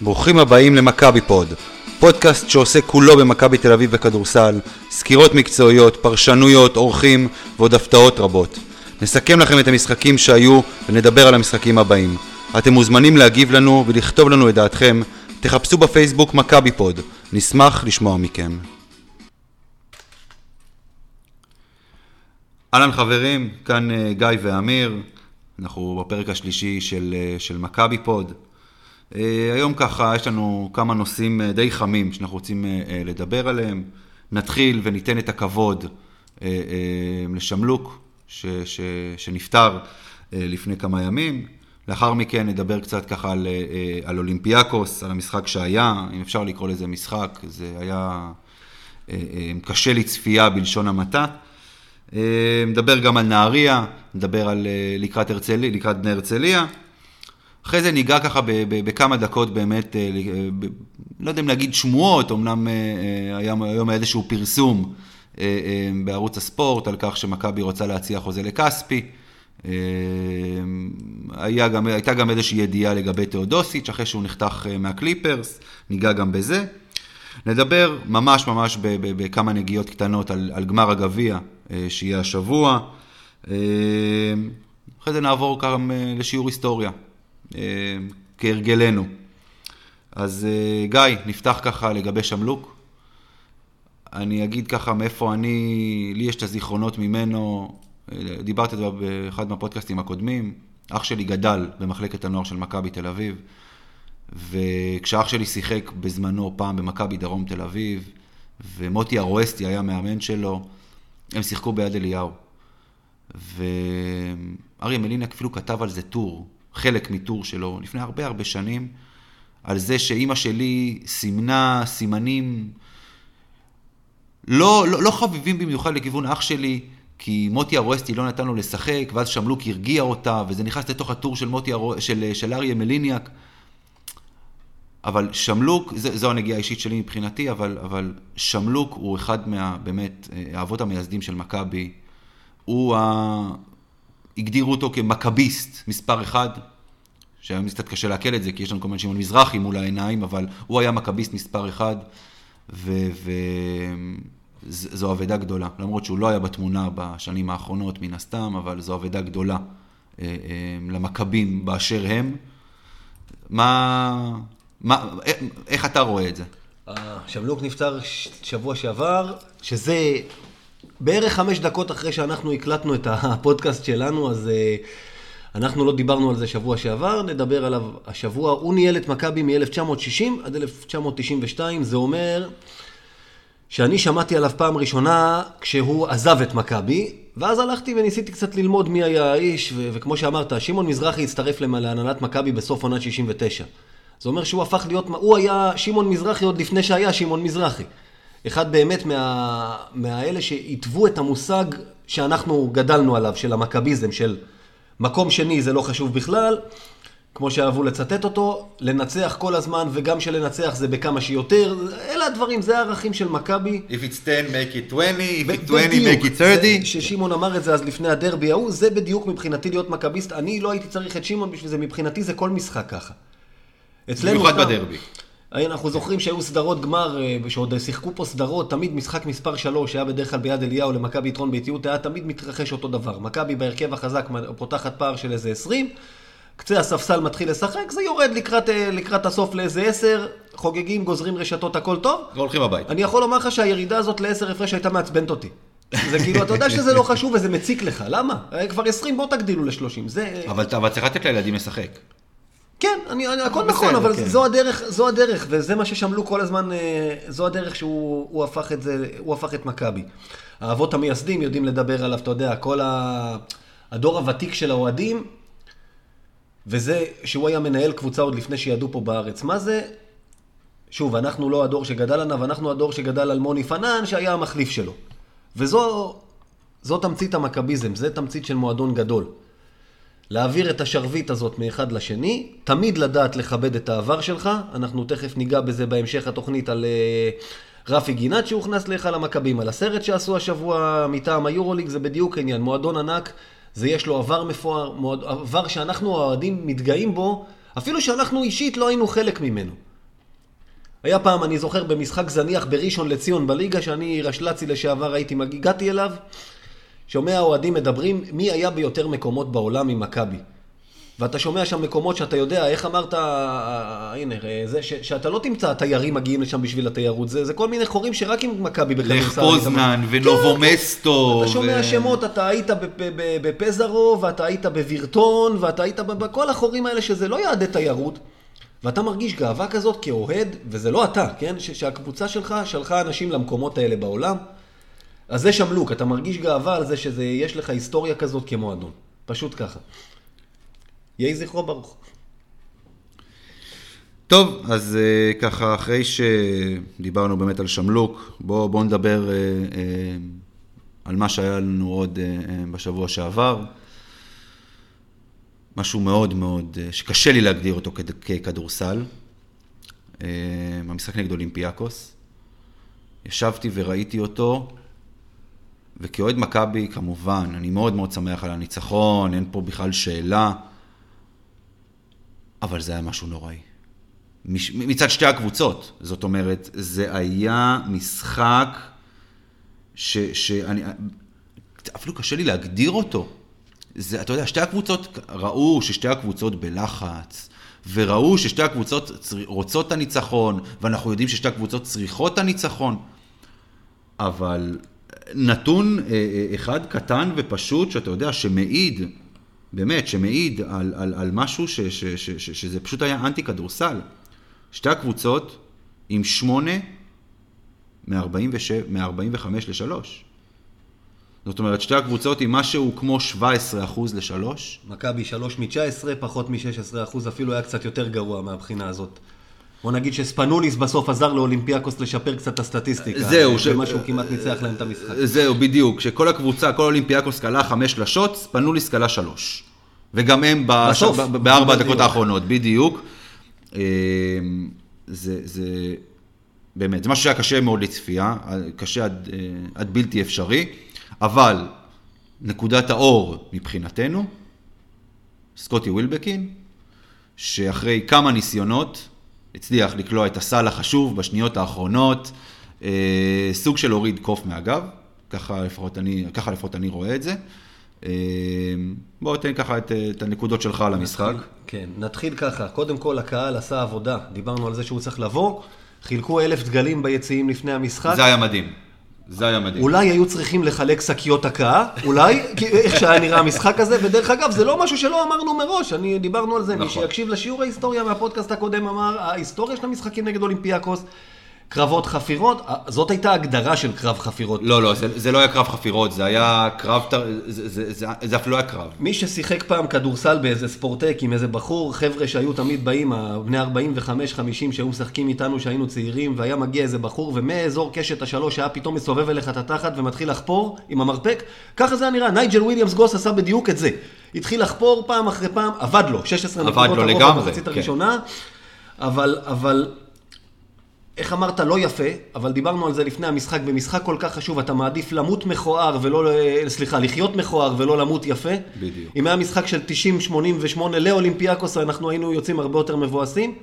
ברוכים הבאים למכבי פוד, פודקאסט שעושה כולו במכבי תל אביב בכדורסל, סקירות מקצועיות, פרשנויות, אורחים ועוד הפתעות רבות. נסכם לכם את המשחקים שהיו ונדבר על המשחקים הבאים. אתם מוזמנים להגיב לנו ולכתוב לנו את דעתכם. תחפשו בפייסבוק מכבי פוד, נשמח לשמוע מכם. אהלן חברים, כאן גיא ואמיר, אנחנו בפרק השלישי של מכבי פוד. היום ככה יש לנו כמה נושאים די חמים שאנחנו רוצים לדבר עליהם. נתחיל וניתן את הכבוד לשמלוק שנפטר לפני כמה ימים. לאחר מכן נדבר קצת ככה על אולימפיאקוס, על המשחק שהיה, אם אפשר לקרוא לזה משחק, זה היה קשה לצפייה בלשון המעטה. נדבר גם על נהריה, נדבר על לקראת בני הרצליה. אחרי זה ניגע ככה בכמה דקות באמת, לא יודע אם להגיד שמועות, אמנם היה היום איזשהו פרסום בערוץ הספורט על כך שמכבי רוצה להציע חוזה לקספי. הייתה גם איזושהי ידיעה לגבי תאודוסיץ' אחרי שהוא נחתך מהקליפרס, ניגע גם בזה. נדבר ממש בכמה נגיעות קטנות על גמר הגביע שיהיה השבוע. אחרי זה נעבור גם לשיעור היסטוריה, כהרגלנו. אז גיא, נפתח ככה לגבי שמלוק. אני אגיד ככה מאיפה לי יש את הזיכרונות ממנו. דיברתי את זה באחד מהפודקאסטים הקודמים. אח שלי גדל במחלקת הנוער של מכבי תל אביב, וכשאח שלי שיחק בזמנו פעם במכבי דרום תל אביב, ומוטי הרואסטי היה מאמן שלו, הם שיחקו ביד אליהו. ואריה מליניאק אפילו כתב על זה טור, חלק מטור שלו, לפני הרבה שנים, על זה שאמא שלי סימנה סימנים לא חביבים במיוחד לכיוון אח שלי, כי מוטי הרואסטי לא נתן לו לשחק, ואז שמלוק הרגיע אותה, וזה נכנס לתוך הטור של אריה מליניאק. אבל שמלוק, זו הנגיעה האישית שלי מבחינתי, אבל שמלוק הוא אחד באמת האבות המייסדים של מכבי. הגדירו אותו כמכביסט מספר אחד, שהיום קצת קשה להקל את זה, כי יש לנו כל מיני שמעון מזרחי מול העיניים, אבל הוא היה מכביסט מספר אחד, וזו עבודה גדולה. למרות שהוא לא היה בתמונה בשנים האחרונות מן הסתם, אבל זו עבודה גדולה למכבים באשר הם. איך אתה רואה את זה? שמלוק נפטר שבוע שעבר, שזה בערך 5 דקות אחרי שאנחנו הקלטנו את הפודקאסט שלנו, אז אנחנו לא דיברנו על זה שבוע שעבר, נדבר עליו השבוע. הוא ניהל את מכבי מ-1960 עד 1992, זה אומר שאני שמעתי עליו פעם ראשונה כשהוא עזב את מכבי, ואז הלכתי וניסיתי קצת ללמוד מי היה האיש, וכמו שאמרת, שמעון מזרחי הצטרף להנהלת מכבי בסוף עונת 69. זה אומר שהוא הפך להיות, הוא היה שמעון מזרחי עוד לפני שהיה שמעון מזרחי. אחד באמת מהאלה שהתוו את המושג שאנחנו גדלנו עליו, של המכביזם, של מקום שני זה לא חשוב בכלל, כמו שאהבו לצטט אותו, לנצח כל הזמן, וגם שלנצח זה בכמה שיותר, אלה הדברים, זה הערכים של מכבי. If it's 10, make it 20, if it's 20, make it 30. ששימון אמר את זה אז לפני הדרבי ההוא, זה בדיוק מבחינתי להיות מכביסט, אני לא הייתי צריך את שימון בשביל זה, מבחינתי זה כל משחק ככה. במיוחד בדרבי. אנחנו זוכרים שהיו סדרות גמר, שעוד שיחקו פה סדרות, תמיד משחק מספר 3, שהיה בדרך כלל ביד אליהו למכבי יתרון באיטיות, היה תמיד מתרחש אותו דבר. מכבי בהרכב החזק פותחת פער של איזה 20, קצה הספסל מתחיל לשחק, זה יורד לקראת הסוף לאיזה 10, חוגגים, גוזרים רשתות, הכל טוב. והולכים הביתה. אני יכול לומר לך שהירידה הזאת ל10 הפרש הייתה מעצבנת אותי. זה כאילו, אתה יודע שזה לא חשוב וזה מציק לך, למה? כבר 20, בוא תגדילו ל30. אבל צריך לתת לילדים לשחק. כן, הכל נכון, אבל זו הדרך, וזה מה ששמלו כל הזמן, זו הדרך שהוא הפך את מכבי. האבות המייסדים יודעים לדבר עליו, אתה יודע, כל הדור הוותיק של האוהדים, וזה שהוא היה מנהל קבוצה עוד לפני שידעו פה בארץ. מה זה? שוב, אנחנו לא הדור שגדל עליו, אנחנו הדור שגדל על מוני פנן, שהיה המחליף שלו. וזו תמצית המכביזם, זה תמצית של מועדון גדול. להעביר את השרבית הזאת מאחד לשני, תמיד לדעת לכבד את העבר שלך, אנחנו תכף ניגע בזה בהמשך התוכנית על רפי גינת שהוכנס להיכל המכבים, על הסרט שעשו השבוע מטעם היורוליג, זה בדיוק עניין, מועדון ענק, זה יש לו עבר מפואר, עבר שאנחנו האוהדים מתגאים בו, אפילו שאנחנו אישית לא היינו חלק ממנו. היה פעם, אני זוכר, במשחק זניח בראשון לציון בליגה, שאני רשל"צי לשעבר הגעתי אליו, שומע אוהדים מדברים, מי היה ביותר מקומות בעולם עם מכבי. ואתה שומע שם מקומות שאתה יודע, איך אמרת, הנה, זה שאתה לא תמצא תיירים מגיעים לשם בשביל התיירות, זה כל מיני חורים שרק עם מכבי בכלל. לך פוזנן ונובומסטו. אתה שומע שמות, אתה היית בפזרו, ואתה היית בווירטון, ואתה היית בכל החורים האלה שזה לא יעדי תיירות, ואתה מרגיש גאווה כזאת כאוהד, וזה לא אתה, כן? שהקבוצה שלך שלחה אנשים למקומות האלה בעולם, אז זה שמלוק, אתה מרגיש גאווה על זה שיש לך היסטוריה כזאת כמועדון. פשוט ככה. יהי זכרו ברוך. טוב, אז ככה, אחרי שדיברנו באמת על שמלוק, בואו נדבר על מה שהיה לנו עוד בשבוע שעבר. משהו מאוד מאוד, שקשה לי להגדיר אותו ככדורסל. המשחק נגד אולימפיאקוס. ישבתי וראיתי אותו, וכאוהד מכבי, כמובן, אני מאוד מאוד שמח על הניצחון, אין פה בכלל שאלה, אבל זה היה משהו נוראי. מצד שתי הקבוצות, זאת אומרת, זה היה משחק שאני, אפילו קשה לי להגדיר אותו. זה, אתה יודע, שתי הקבוצות ראו ששתי הקבוצות בלחץ, וראו ששתי הקבוצות רוצות את הניצחון, ואנחנו יודעים ששתי הקבוצות צריכות את הניצחון, אבל נתון אחד קטן ופשוט, שאתה יודע, שמעיד, באמת, שמעיד על משהו שזה פשוט היה אנטי כדורסל. שתי הקבוצות עם 8 מ-45 ל-3. זאת אומרת, שתי הקבוצות עם משהו כמו 17% ל-3. מכבי 3 מ-19, פחות מ-16%, אפילו היה קצת יותר גרוע מהבחינה הזאת. בוא נגיד שספנוליס בסוף עזר לאולימפיאקוס לשפר קצת את הסטטיסטיקה. זהו. ומשהו כמעט ניצח להם את המשחק. זהו, בדיוק. שכל הקבוצה, כל אולימפיאקוס קלה 5 לשוט, ספנוליס קלה 3. וגם הם ב4 הדקות האחרונות, בדיוק. זה באמת, זה משהו שהיה קשה מאוד לצפייה, קשה עד בלתי אפשרי, אבל נקודת האור מבחינתנו, סקוטי ווילבקין, שאחרי כמה ניסיונות, הצליח לקלוע את הסל החשוב בשניות האחרונות, סוג של הוריד קוף מהגב, ככה לפחות אני רואה את זה. בואו תן ככה את הנקודות שלך על המשחק. כן, נתחיל ככה. קודם כל, הקהל עשה עבודה. דיברנו על זה שהוא צריך לבוא. חילקו 1,000 דגלים ביציעים לפני המשחק. זה היה מדהים. זה היה מדהים. אולי היו צריכים לחלק שקיות הקאה, אולי, איך שהיה נראה המשחק הזה, ודרך אגב, זה לא משהו שלא אמרנו מראש, דיברנו על זה, מי שיקשיב לשיעור ההיסטוריה מהפודקאסט הקודם אמר, ההיסטוריה של המשחקים נגד אולימפיאקוס, קרבות חפירות, זאת הייתה הגדרה של קרב חפירות. לא, זה לא היה קרב חפירות, זה היה קרב, זה אפילו היה קרב. מי ששיחק פעם כדורסל באיזה ספורטק עם איזה בחור, חבר'ה שהיו תמיד באים, בני 45-50 שהיו משחקים איתנו שהיינו צעירים, והיה מגיע איזה בחור, ומאזור קשת השלוש היה פתאום מסובב אליך את התחת ומתחיל לחפור עם המרפק, ככה זה נראה, נייג'ל וויליאמס גוס עשה בדיוק את זה. התחיל לחפור פעם אחרי פעם, עבד לו, 16 נקודות הרוב במחצית הראשונה, אבל איך אמרת, לא יפה, אבל דיברנו על זה לפני המשחק, במשחק כל כך חשוב, אתה מעדיף למות מכוער ולא, לחיות מכוער ולא למות יפה. בדיוק. אם היה משחק של 90-88 לאולימפיאקוס, אנחנו היינו יוצאים הרבה יותר מבואסים.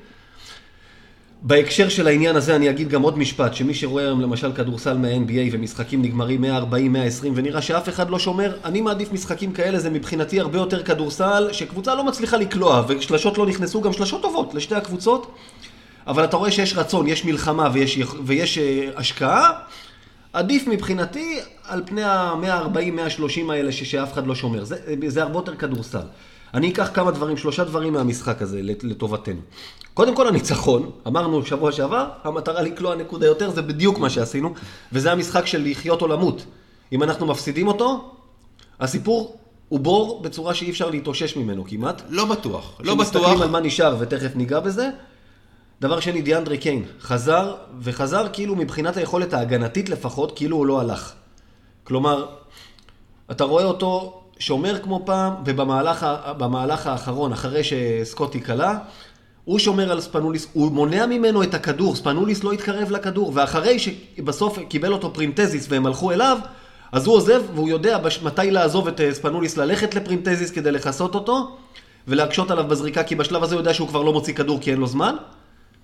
בהקשר של העניין הזה אני אגיד גם עוד משפט, שמי שרואה היום למשל כדורסל מה-NBA ומשחקים נגמרים 140, 120, ונראה שאף אחד לא שומר, אני מעדיף משחקים כאלה, זה מבחינתי הרבה יותר כדורסל, שקבוצה לא מצליחה לקלוע, ושלשות לא נכנסו, גם שלשות טובות לשתי הקבוצות. אבל אתה רואה שיש רצון, יש מלחמה ויש השקעה, עדיף מבחינתי על פני ה-140-130 האלה שאף אחד לא שומר. זה הרבה יותר כדורסל. אני אקח כמה דברים, 3 דברים מהמשחק הזה לטובתנו. קודם כל הניצחון, אמרנו שבוע שעבר, המטרה לקלוע נקודה יותר, זה בדיוק מה שעשינו, וזה המשחק של לחיות או למות. אם אנחנו מפסידים אותו, הסיפור הוא בור בצורה שאי אפשר להתאושש ממנו כמעט. לא בטוח. שמסתכלים על מה נשאר ותכף ניגע בזה. דבר שני, דיאנדרי קיין חזר כאילו מבחינת היכולת ההגנתית לפחות, כאילו הוא לא כלומר, אתה רואה אותו שומר כמו פעם, ובמהלך האחרון, אחרי שסקוטי קלה, הוא שומר על ספנוליס, הוא מונע ממנו את הכדור, ספנוליס לא התקרב לכדור, ואחרי שבסוף קיבל אותו פרינטזיס והם הלכו אליו, אז הוא עוזב והוא יודע מתי לעזוב את ספנוליס ללכת לפרינטזיס כדי לחסות אותו, ולהקשות עליו בזריקה, כי בשלב הזה הוא יודע שהוא כבר לא מוציא כדור כי אין לו זמן.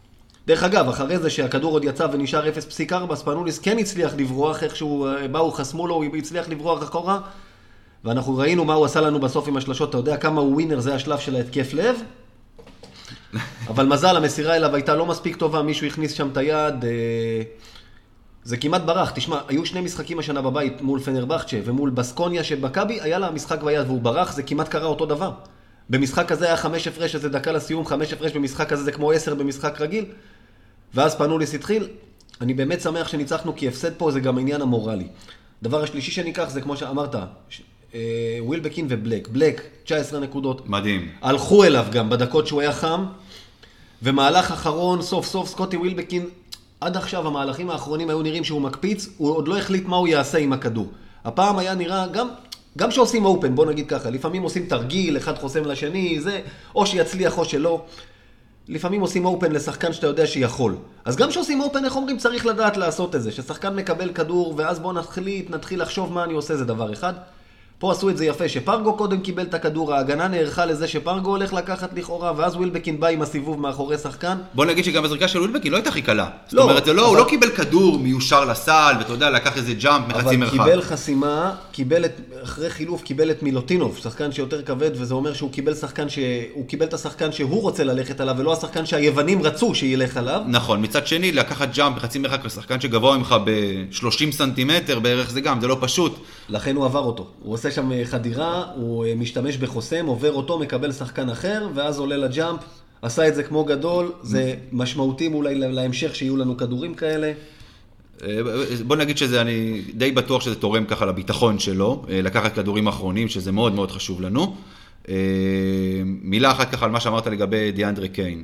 דרך אגב, אחרי זה שהכדור עוד יצא ונשאר 0.4, ספנוליס כן הצליח לברוח, איכשהו באו, חסמו לו, הוא הצליח לברוח אחורה, ואנחנו ראינו מה הוא עשה לנו בסוף עם השלשות, אתה יודע כמה הוא ווינר, זה השלב של ההתקף לב, אבל מזל, המסירה אליו הייתה לא מספיק טובה, מישהו הכניס שם את היד, זה כמעט ברח. תשמע, היו שני משחקים השנה בבית מול פנרבחצ'ה ומול בסקוניה שבקבי, היה לה משחק ביד והוא ברח, זה כמעט קרה אותו דבר. במשחק הזה היה 5 הפרש, שזה דקה לסיום, 5 הפרש במשחק הזה זה כמו 10 במשחק רגיל, ואז פנוליס התחיל. אני באמת שמח שניצחנו, כי הפסד פה זה גם העניין המורלי. דבר השלישי שניקח זה כמו שאמרת, ווילבקין ובלק. בלק, 19 נקודות. מדהים. הלכו אליו גם בדקות שהוא היה חם, ומהלך אחרון, סוף סוף, סקוטי ווילבקין, עד עכשיו המהלכים האחרונים היו נראים שהוא מקפיץ, הוא עוד לא החליט מה הוא יעשה עם הכדור. הפעם היה נראה, גם שעושים אופן, בוא נגיד ככה, לפעמים עושים תרגיל, אחד חוסם לשני, זה, או שיצליח או שלא. לפעמים עושים אופן לשחקן שאתה יודע שיכול. אז גם שעושים אופן, איך אומרים, צריך לדעת לעשות את זה, ששחקן מקבל כדור, ואז בוא נתחיל לחשוב מה אני עושה, זה דבר אחד. פה עשו את זה יפה, שפרגו קודם קיבל את הכדור, ההגנה נערכה לזה שפרגו הולך לקחת לכאורה, ואז ווילבקין בא עם הסיבוב מאחורי שחקן. בוא נגיד שגם הזריקה של ווילבקין לא הייתה הכי קלה. זאת אומרת, הוא לא קיבל כדור מיושר לסל, ואתה יודע, לקח איזה ג'אמפ מחצי מרחק. אבל קיבל חסימה, אחרי חילוף קיבל את מילוטינוב, שחקן שיותר כבד, וזה אומר שהוא קיבל את השחקן שהוא רוצה ללכת עליו, ולא השחקן שהיוונים רצו שילך עליו. נכון, מצד שני, לקחת ג'אמפ מחצי מרחק לשחקן שגבוה ממך ב-30 סנטימטר בערך, זה גם, זה לא פשוט. לכן הוא עבר אותו. הוא עושה שם חדירה, הוא משתמש בחוסם, עובר אותו, מקבל שחקן אחר, ואז עולה לג'אמפ, עשה את זה כמו גדול, זה משמעותי אולי להמשך שיהיו לנו כדורים כאלה. בוא נגיד שזה, אני די בטוח שזה תורם ככה לביטחון שלו, לקחת כדורים אחרונים, שזה מאוד מאוד חשוב לנו. מילה אחת ככה על מה שאמרת לגבי דיאנדרה קיין.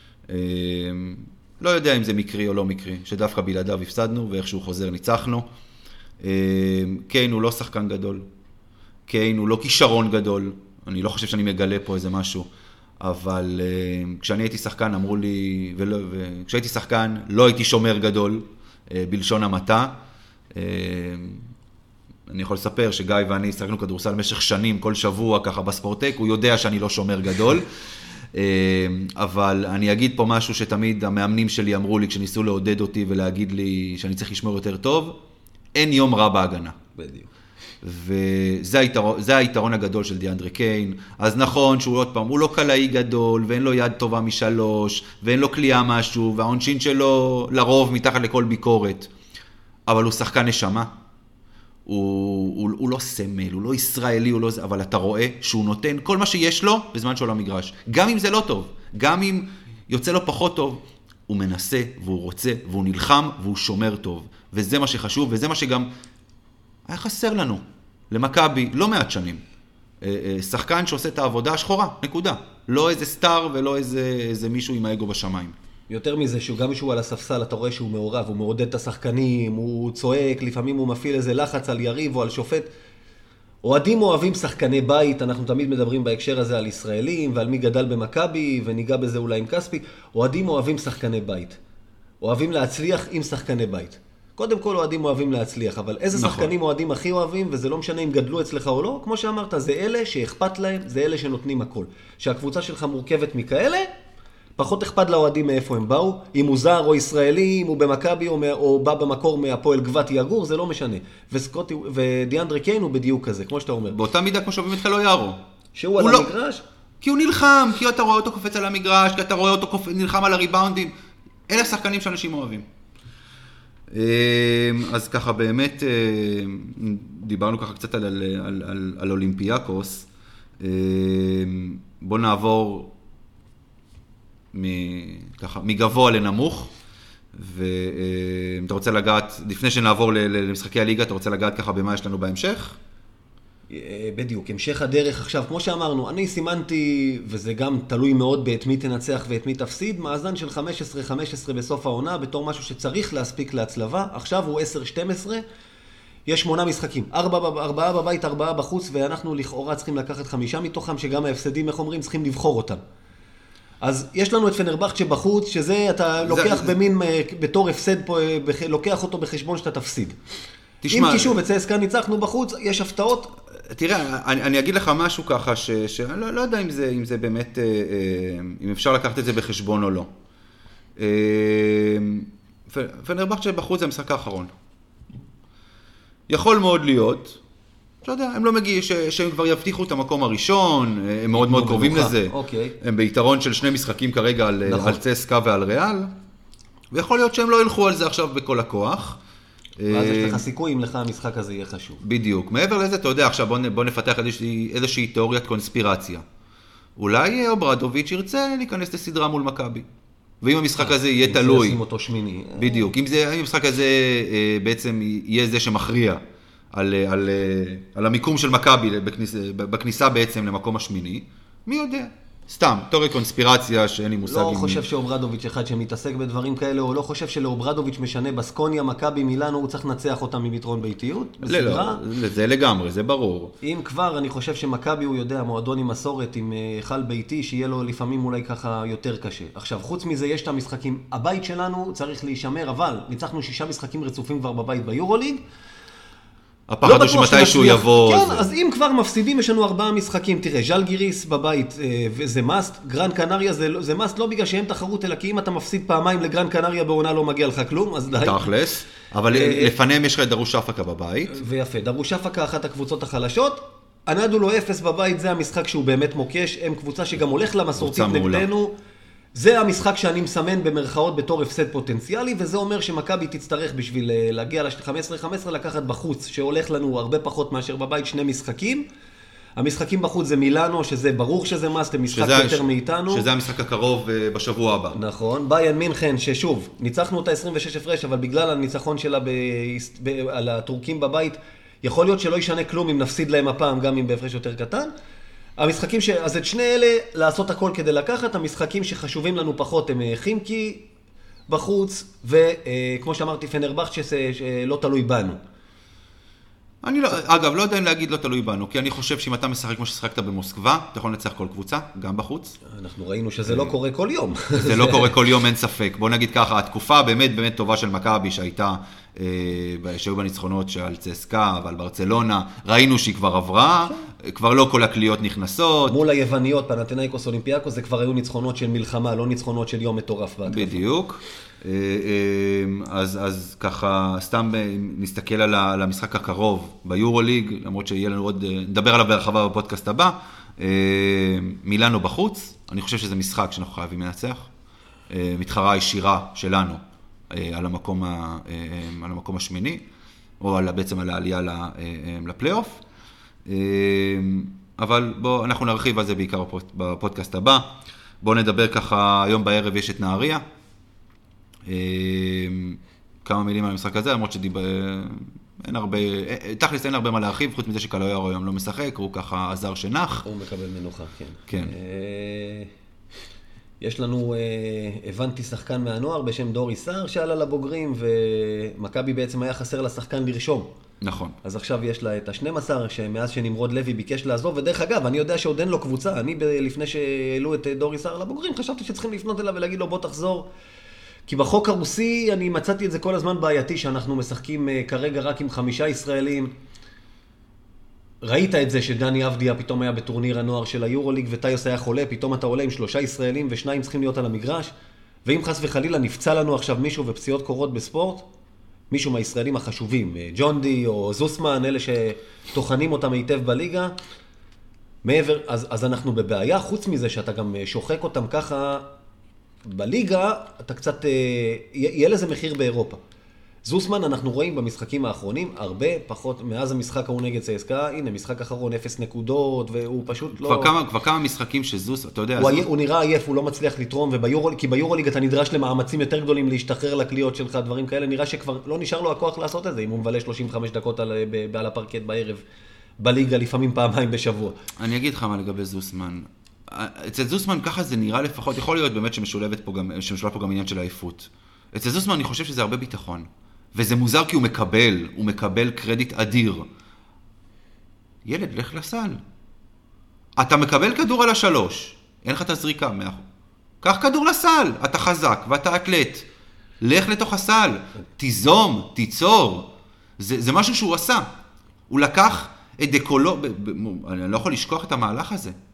לא יודע אם זה מקרי או לא מקרי, שדווקא בלעדיו הפסדנו, ואיכשהו חוזר ניצחנו. קיין הוא לא שחקן גדול. קיין הוא לא כישרון גדול, אני לא חושב שאני מגלה פה איזה משהו, אבל כשאני הייתי שחקן אמרו לי, וכשהייתי שחקן לא הייתי שומר גדול, בלשון המעטה. אני יכול לספר שגיא ואני שחקנו כדורסל במשך שנים, כל שבוע ככה בספורטק, הוא יודע שאני לא שומר גדול, אבל אני אגיד פה משהו שתמיד המאמנים שלי אמרו לי, כשניסו לעודד אותי ולהגיד לי שאני צריך לשמור יותר טוב, אין יום רע בהגנה. בדיוק. וזה היתרון הגדול של דיאנדרה קיין. אז נכון שהוא עוד פעם, הוא לא קלעי גדול, ואין לו יד טובה משלוש, ואין לו קליעה משהו, והעונשין שלו לרוב מתחת לכל ביקורת. אבל הוא שחקן נשמה. הוא לא סמל, הוא לא ישראלי, הוא לא זה, אבל אתה רואה שהוא נותן כל מה שיש לו בזמן שהוא על המגרש. גם אם זה לא טוב, גם אם יוצא לו פחות טוב, הוא מנסה, והוא רוצה, והוא נלחם, והוא שומר טוב. וזה מה שחשוב, וזה מה שגם היה חסר לנו, למכבי, לא מעט שנים. שחקן שעושה את העבודה השחורה, נקודה. לא איזה סטאר ולא איזה מישהו עם האגו בשמיים. יותר מזה, שגם שהוא על הספסל, אתה רואה שהוא מעורב, הוא מעודד את השחקנים, הוא צועק, לפעמים הוא מפעיל איזה לחץ על יריב או על שופט. אוהדים אוהבים שחקני בית, אנחנו תמיד מדברים בהקשר הזה על ישראלים ועל מי גדל במכבי, וניגע בזה אולי עם כספי. אוהדים אוהבים שחקני בית. אוהבים להצליח עם שחקני בית. קודם כל אוהדים אוהבים להצליח, אבל איזה שחקנים אוהדים הכי אוהבים, וזה לא משנה אם גדלו אצלך או לא, כמו שאמרת, זה אלה שאכפת להם, זה אלה שנותנים הכל. שהקבוצה שלך מורכבת מכאלה, פחות אכפת לאוהדים מאיפה הם באו, אם הוא זר או ישראלי, אם הוא במכבי או בא במקור מהפועל גבת יגור, זה לא משנה. ודיאנדרה קיין הוא בדיוק כזה, כמו שאתה אומר. באותה מידה כמו שאוהבים את קלו יארו. שהוא על המגרש? כי הוא נלחם, כי אתה רואה אותו קופץ על המגרש, כי אתה רואה אותו נלחם על הריבאונדים. אלה השחקנים שאנשים אוהבים. אז ככה באמת דיברנו ככה קצת על אולימפיאקוס. בוא נעבור מגבוה לנמוך, ואתה רוצה לגעת, לפני שנעבור למשחקי הליגה, אתה רוצה לגעת ככה במה יש לנו בהמשך? בדיוק, המשך הדרך עכשיו, כמו שאמרנו, אני סימנתי, וזה גם תלוי מאוד באת מי תנצח ואת מי תפסיד, מאזן של 15-15 בסוף העונה, בתור משהו שצריך להספיק להצלבה, עכשיו הוא 10-12, יש 8 משחקים, 4 בבית, 4 בחוץ, ואנחנו לכאורה צריכים לקחת 5 מתוכם, שגם ההפסדים, איך אומרים, צריכים לבחור אותם. אז יש לנו את פנרבחצ'ה בחוץ, שזה אתה לוקח במין, בתור הפסד פה, לוקח אותו בחשבון שאתה תפסיד. אם כי שוב, אצל סקן ניצחנו בחוץ, יש הפתעות. תראה, אני אגיד לך משהו ככה, שאני לא יודע אם זה באמת, אם אפשר לקחת את זה בחשבון או לא. פנרבחצ'ה בחוץ זה המשחק האחרון. יכול מאוד להיות, לא יודע, הם לא מגיעים, שהם כבר יבטיחו את המקום הראשון, הם מאוד מאוד קרובים לזה. הם ביתרון של 2 משחקים כרגע על צסקה ועל ריאל, ויכול להיות שהם לא ילכו על זה עכשיו בכל הכוח. ואז יש לך סיכוי אם לך המשחק הזה יהיה חשוב. בדיוק. מעבר לזה, אתה יודע, עכשיו בוא נפתח איזושהי תיאוריית קונספירציה. אולי אוברדוביץ' ירצה להיכנס לסדרה מול מכבי. ואם המשחק הזה יהיה תלוי... ישים אותו שמיני. בדיוק. אם המשחק הזה בעצם יהיה זה שמכריע על המיקום של מכבי בכניסה בעצם למקום השמיני, מי יודע? סתם, תיאוריית קונספירציה שאין לי מושג. לא חושב שאוברדוביץ' אחד שמתעסק בדברים כאלה, או לא חושב שלאוברדוביץ' משנה בסקוניה, מכבי, מילאנו, הוא צריך לנצח אותם מביטרון ביתיות? לא, זה לגמרי, זה ברור. אם כבר, אני חושב שמכבי הוא יודע, מועדון עם מסורת, עם חל ביתי, שיהיה לו לפעמים אולי ככה יותר קשה. עכשיו, חוץ מזה יש את המשחקים. הבית שלנו צריך להישמר, אבל ניצחנו 6 משחקים רצופים כבר בבית ביורוליג. הפחד הוא שמתישהו יבוא... כן, אז אם כבר מפסידים, יש לנו 4 משחקים. תראה, ז'לגיריס בבית זה מאסט, גרן קנריה זה מאסט, לא בגלל שהם תחרות, אלא כי אם אתה מפסיד פעמיים לגרן קנריה בעונה לא מגיע לך כלום, אז די. תכלס, אבל לפניהם יש לך את דרוש אפקה בבית. ויפה, דרוש אפקה אחת הקבוצות החלשות, אנדולו 0 בבית, זה המשחק שהוא באמת מוקש, הם קבוצה שגם הולך למסורתית נגדנו. זה המשחק שאני מסמן במרכאות בתור הפסד פוטנציאלי, וזה אומר שמכבי תצטרך בשביל להגיע ל-15-15 לקחת בחוץ, שהולך לנו הרבה פחות מאשר בבית 2 משחקים. המשחקים בחוץ זה מילאנו, שזה ברור שזה מאסט, הם משחק יותר מאיתנו. שזה המשחק הקרוב בשבוע הבא. נכון, ביין מינכן, ששוב, ניצחנו אותה 26 הפרש, אבל בגלל הניצחון שלה על הטורקים בבית, יכול להיות שלא ישנה כלום אם נפסיד להם הפעם, גם אם בהפרש יותר קטן. המשחקים אז את שני אלה לעשות הכל כדי לקחת, המשחקים שחשובים לנו פחות הם חימקי בחוץ, וכמו שאמרתי פנרבחצ'ה שלא תלוי בנו. אני לא, אגב, לא יודע אם להגיד לא תלוי בנו, כי אני חושב שאם אתה משחק כמו ששחקת במוסקבה, אתה יכול לנצח כל קבוצה, גם בחוץ. אנחנו ראינו שזה לא קורה כל יום. זה לא קורה כל יום, אין ספק. בוא נגיד ככה, התקופה באמת באמת טובה של מכבי שהייתה, שהיו בניצחונות של צסקה ועל ברצלונה, ראינו שהיא כבר עברה, כבר לא כל הקליות נכנסות. מול היווניות, פנתינייקוס, אולימפיאקוס, זה כבר היו ניצחונות של מלחמה, לא ניצחונות של יום מטורף. בדיוק. אז ככה, סתם נסתכל על המשחק הקרוב ביורוליג, למרות שיהיה לנו עוד, נדבר עליו בהרחבה בפודקאסט הבא, מילאנו בחוץ, אני חושב שזה משחק שאנחנו חייבים לנצח, מתחרה ישירה שלנו על המקום השמיני, או בעצם על העלייה לפלייאוף, אבל בואו, אנחנו נרחיב על זה בעיקר בפודקאסט הבא. בואו נדבר ככה, היום בערב יש את נהריה, כמה מילים על המשחק הזה, למרות אין הרבה, תכלס אין הרבה מה להרחיב, חוץ מזה שקלויארו היום לא משחק, הוא ככה עזר שנח. הוא מקבל מנוחה, כן. כן. יש לנו, הבנתי שחקן מהנוער בשם דורי סער שעלה לבוגרים, ומכבי בעצם היה חסר לשחקן לרשום. נכון. אז עכשיו יש לה את ה-12, שמאז שנמרוד לוי ביקש לעזוב, ודרך אגב, אני יודע שעוד אין לו קבוצה, אני לפני שהעלו את דורי סער לבוגרים, חשבתי שצריכים לפנות אליו ולהגיד לו בוא תחזור, כי בחוק הרוסי אני מצאתי את זה כל הזמן בעייתי, שאנחנו משחקים כרגע רק עם 5 ישראלים. ראית את זה שדני אבדיה פתאום היה בטורניר הנוער של היורוליג, וטיוס היה חולה, פתאום אתה עולה עם 3 ישראלים ו2 צריכים להיות על המגרש, ואם חס וחלילה נפצע לנו עכשיו מישהו ופציעות קורות בספורט, מישהו מהישראלים החשובים, ג'ון די או זוסמן, אלה שתוכנים אותם היטב בליגה, מעבר, אז אנחנו בבעיה, חוץ מזה שאתה גם שוחק אותם ככה בליגה, אתה קצת, יהיה לזה מחיר באירופה. זוסמן אנחנו רואים במשחקים האחרונים הרבה פחות, מאז המשחק ההוא נגד CSKA, הנה משחק אחרון 0 נקודות, והוא פשוט לא... כבר כמה משחקים שזוס, אתה יודע... הוא נראה עייף, הוא לא מצליח לתרום, כי ביורוליג אתה נדרש למאמצים יותר גדולים להשתחרר לקליות שלך, דברים כאלה, נראה שכבר לא נשאר לו הכוח לעשות את זה, אם הוא מבלה 35 דקות על הפרקט בערב, בליגה לפעמים פעמיים בשבוע. אני אגיד לך מה לגבי זוסמן. אצל זוסמן ככה זה נראה לפחות, יכול להיות באמת שמשולב פה גם עניין של העייפות. אצל זוסמן אני חושב שזה הרבה ביטחון. וזה מוזר כי הוא מקבל קרדיט אדיר. ילד, לך לסל. אתה מקבל כדור על 3, אין לך את הזריקה, קח כדור לסל, אתה חזק ואתה אתלט. לך לתוך הסל, תיזום, תיצור. זה משהו שהוא עשה. הוא לקח את דקולו, אני לא יכול לשכוח את המהלך הזה.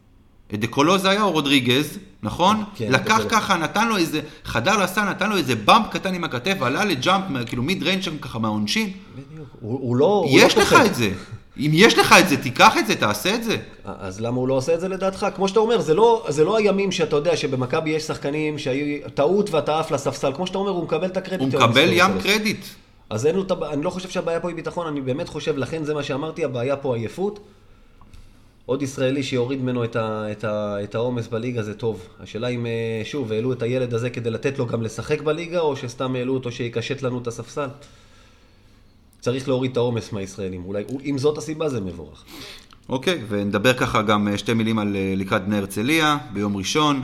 דקולו זה היה או רודריגז, נכון? כן, לקח דקולו. ככה, נתן לו איזה, חדר לסל, נתן לו איזה באמפ קטן עם הכתף, עלה לג'אמפ, כאילו מיד ריינג' שם ככה מהעונשין. בדיוק. הוא לא... יש לך את זה. אם יש לך את זה, תיקח את זה, תעשה את זה. אז למה הוא לא עושה את זה לדעתך? כמו שאתה אומר, זה לא הימים שאתה יודע שבמכבי יש שחקנים שהיו טעות ואתה עף לספסל. כמו שאתה אומר, הוא מקבל את הקרדיט. הוא מקבל ים קרדיט. אז אני לא חושב שהבעיה פה היא ביטחון, אני באמת חושב, לכן זה מה שאמרתי, הבעיה פה עייפות. עוד ישראלי שיוריד ממנו את העומס בליגה זה טוב. השאלה אם, שוב, העלו את הילד הזה כדי לתת לו גם לשחק בליגה, או שסתם העלו אותו שיקשט לנו את הספסל. צריך להוריד את העומס מהישראלים. אולי, אם זאת הסיבה, זה מבורך. אוקיי, ונדבר ככה גם שתי מילים על לקראת בני הרצליה, ביום ראשון.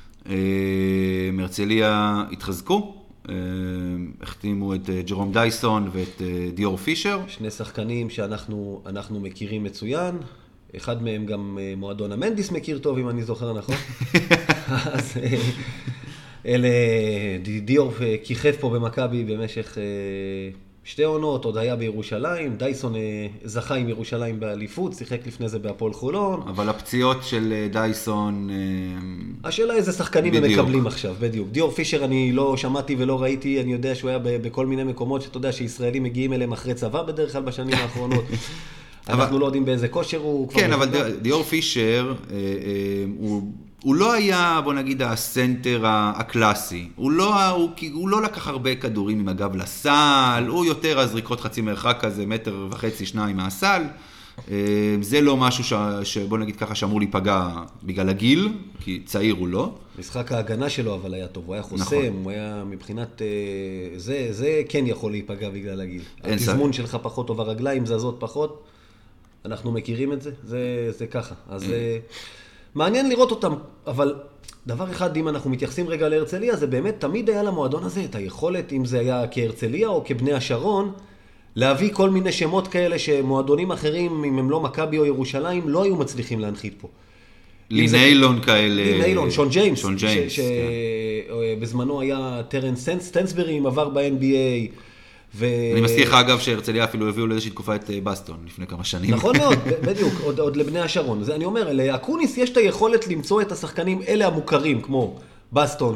הרצליה התחזקו, החתימו את ג'רום דייסון ואת דיור פישר. שני שחקנים שאנחנו מכירים מצוין. אחד מהם גם מועדון המנדיס מכיר טוב, אם אני זוכר נכון. אז אלה, דיור כיכב פה במכבי במשך 2 עונות, עוד היה בירושלים, דייסון זכה עם ירושלים באליפות, שיחק לפני זה בהפועל חולון. אבל הפציעות של דייסון... השאלה איזה שחקנים הם מקבלים עכשיו, בדיוק. דיור פישר אני לא שמעתי ולא ראיתי, אני יודע שהוא היה בכל מיני מקומות שאתה יודע שישראלים מגיעים אליהם אחרי צבא בדרך כלל בשנים האחרונות. אנחנו לא יודעים באיזה כושר הוא. כן, אבל דיור פישר, הוא לא היה, בוא נגיד, הסנטר הקלאסי. הוא לא לקח הרבה כדורים עם הגב לסל, הוא יותר הזריקות חצי מרחק כזה, 1.5 מטר, 2 מהסל. זה לא משהו שבוא נגיד ככה שאמור להיפגע בגלל הגיל, כי צעיר הוא לא. משחק ההגנה שלו אבל היה טוב, הוא היה חוסם, הוא היה מבחינת, זה כן יכול להיפגע בגלל הגיל. התזמון שלך פחות טוב, הרגליים זזות פחות. אנחנו מכירים את זה, זה ככה. אז מעניין לראות אותם, אבל דבר אחד, אם אנחנו מתייחסים רגע להרצליה, זה באמת תמיד היה למועדון הזה את היכולת, אם זה היה כהרצליה או כבני השרון, להביא כל מיני שמות כאלה שמועדונים אחרים, אם הם לא מכבי או ירושלים, לא היו מצליחים להנחית פה. ליניילון כאלה. ליניילון, שון ג'יימס. שבזמנו היה טרנס סטנסברי עם עבר ב-NBA. אני מזכיר אגב שהרצליה אפילו הביאו לאיזושהי תקופה את בסטון לפני כמה שנים. נכון מאוד, בדיוק, עוד לבני השרון. אני אומר, לאקוניס יש את היכולת למצוא את השחקנים אלה המוכרים, כמו בסטון,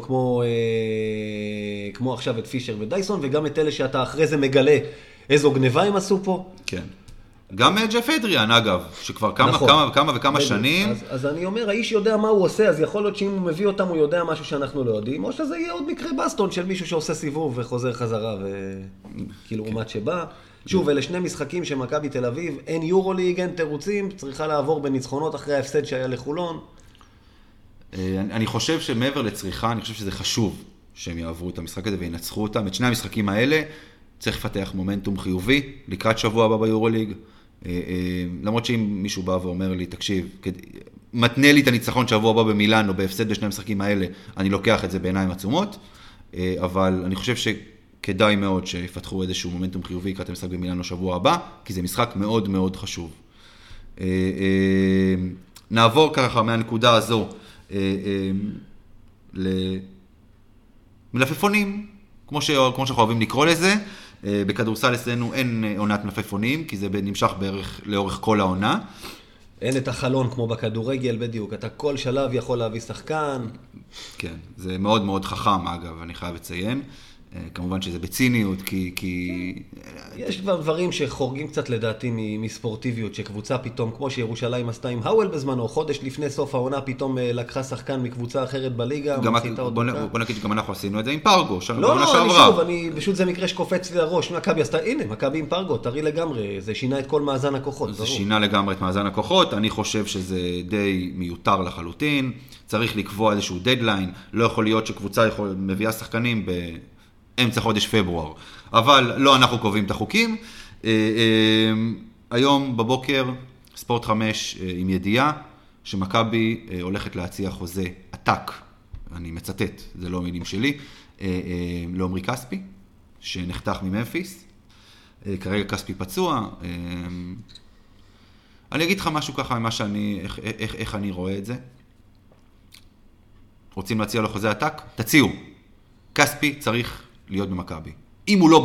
כמו עכשיו את פישר ודייסון, וגם את אלה שאתה אחרי זה מגלה איזו גניבה הם עשו פה. כן. גם ג'ף אדריאן, אגב, שכבר כמה וכמה שנים. אז אני אומר, האיש יודע מה הוא עושה, אז יכול להיות שאם הוא מביא אותם, הוא יודע משהו שאנחנו לא יודעים, או שזה יהיה עוד מקרה בסטון של מישהו שעושה סיבוב וחוזר חזרה, וכאילו עומת שבא. שוב, אלה 2 משחקים שמכבי תל אביב, אין יורוליג, אין תירוצים, צריכה לעבור בניצחונות אחרי ההפסד שהיה לחולון. אני חושב שמעבר לצריכה, אני חושב שזה חשוב שהם יעברו את המשחק הזה וינצחו אותם. את 2 המשחקים האלה צריך לפתח מומנטום חיובי לקראת שבוע הבא ביורוליג. למרות שאם מישהו בא ואומר לי, תקשיב, מתנה לי את הניצחון שבוע הבא במילאן או בהפסד בשני המשחקים האלה, אני לוקח את זה בעיניים עצומות, אבל אני חושב שכדאי מאוד שיפתחו איזשהו מומנטום חיובי לקראת המשחק במילאן או שבוע הבא, כי זה משחק מאוד מאוד חשוב. נעבור ככה מהנקודה הזו למלפפונים, כמו שאנחנו אוהבים לקרוא לזה. בכדורסל אצלנו אין עונת מלפפונים, כי זה נמשך לאורך כל העונה. אין את החלון כמו בכדורגל, בדיוק. אתה כל שלב יכול להביא שחקן. כן, זה מאוד מאוד חכם, אגב, אני חייב לציין. כמובן שזה בציניות, כי... יש כבר דברים שחורגים קצת לדעתי מספורטיביות, שקבוצה פתאום, כמו שירושלים עשתה עם האוול בזמנו, חודש לפני סוף העונה, פתאום לקחה שחקן מקבוצה אחרת בליגה. בוא נגיד שגם אנחנו עשינו את זה עם פרגו. לא, אני שוב, פשוט זה מקרה שקופץ לי לראש. מכבי עשתה, הנה, מכבי עם פרגו, תראי לגמרי, זה שינה את כל מאזן הכוחות. זה שינה לגמרי את מאזן הכוחות, אני חושב שזה די מיותר לחלוטין, צריך לקבוע איזשהו דדליין, לא יכול להיות שקבוצה מביאה שחקנים אמצע חודש פברואר, אבל לא אנחנו קובעים את החוקים. היום בבוקר, ספורט 5 עם ידיעה, שמכבי הולכת להציע חוזה עתק, אני מצטט, זה לא מילים שלי, לעומרי כספי, שנחתך מממפיס, כרגע כספי פצוע. אני אגיד לך משהו ככה, איך אני רואה את זה. רוצים להציע לו חוזה עתק? תציעו. כספי צריך להיות במכבי. אם הוא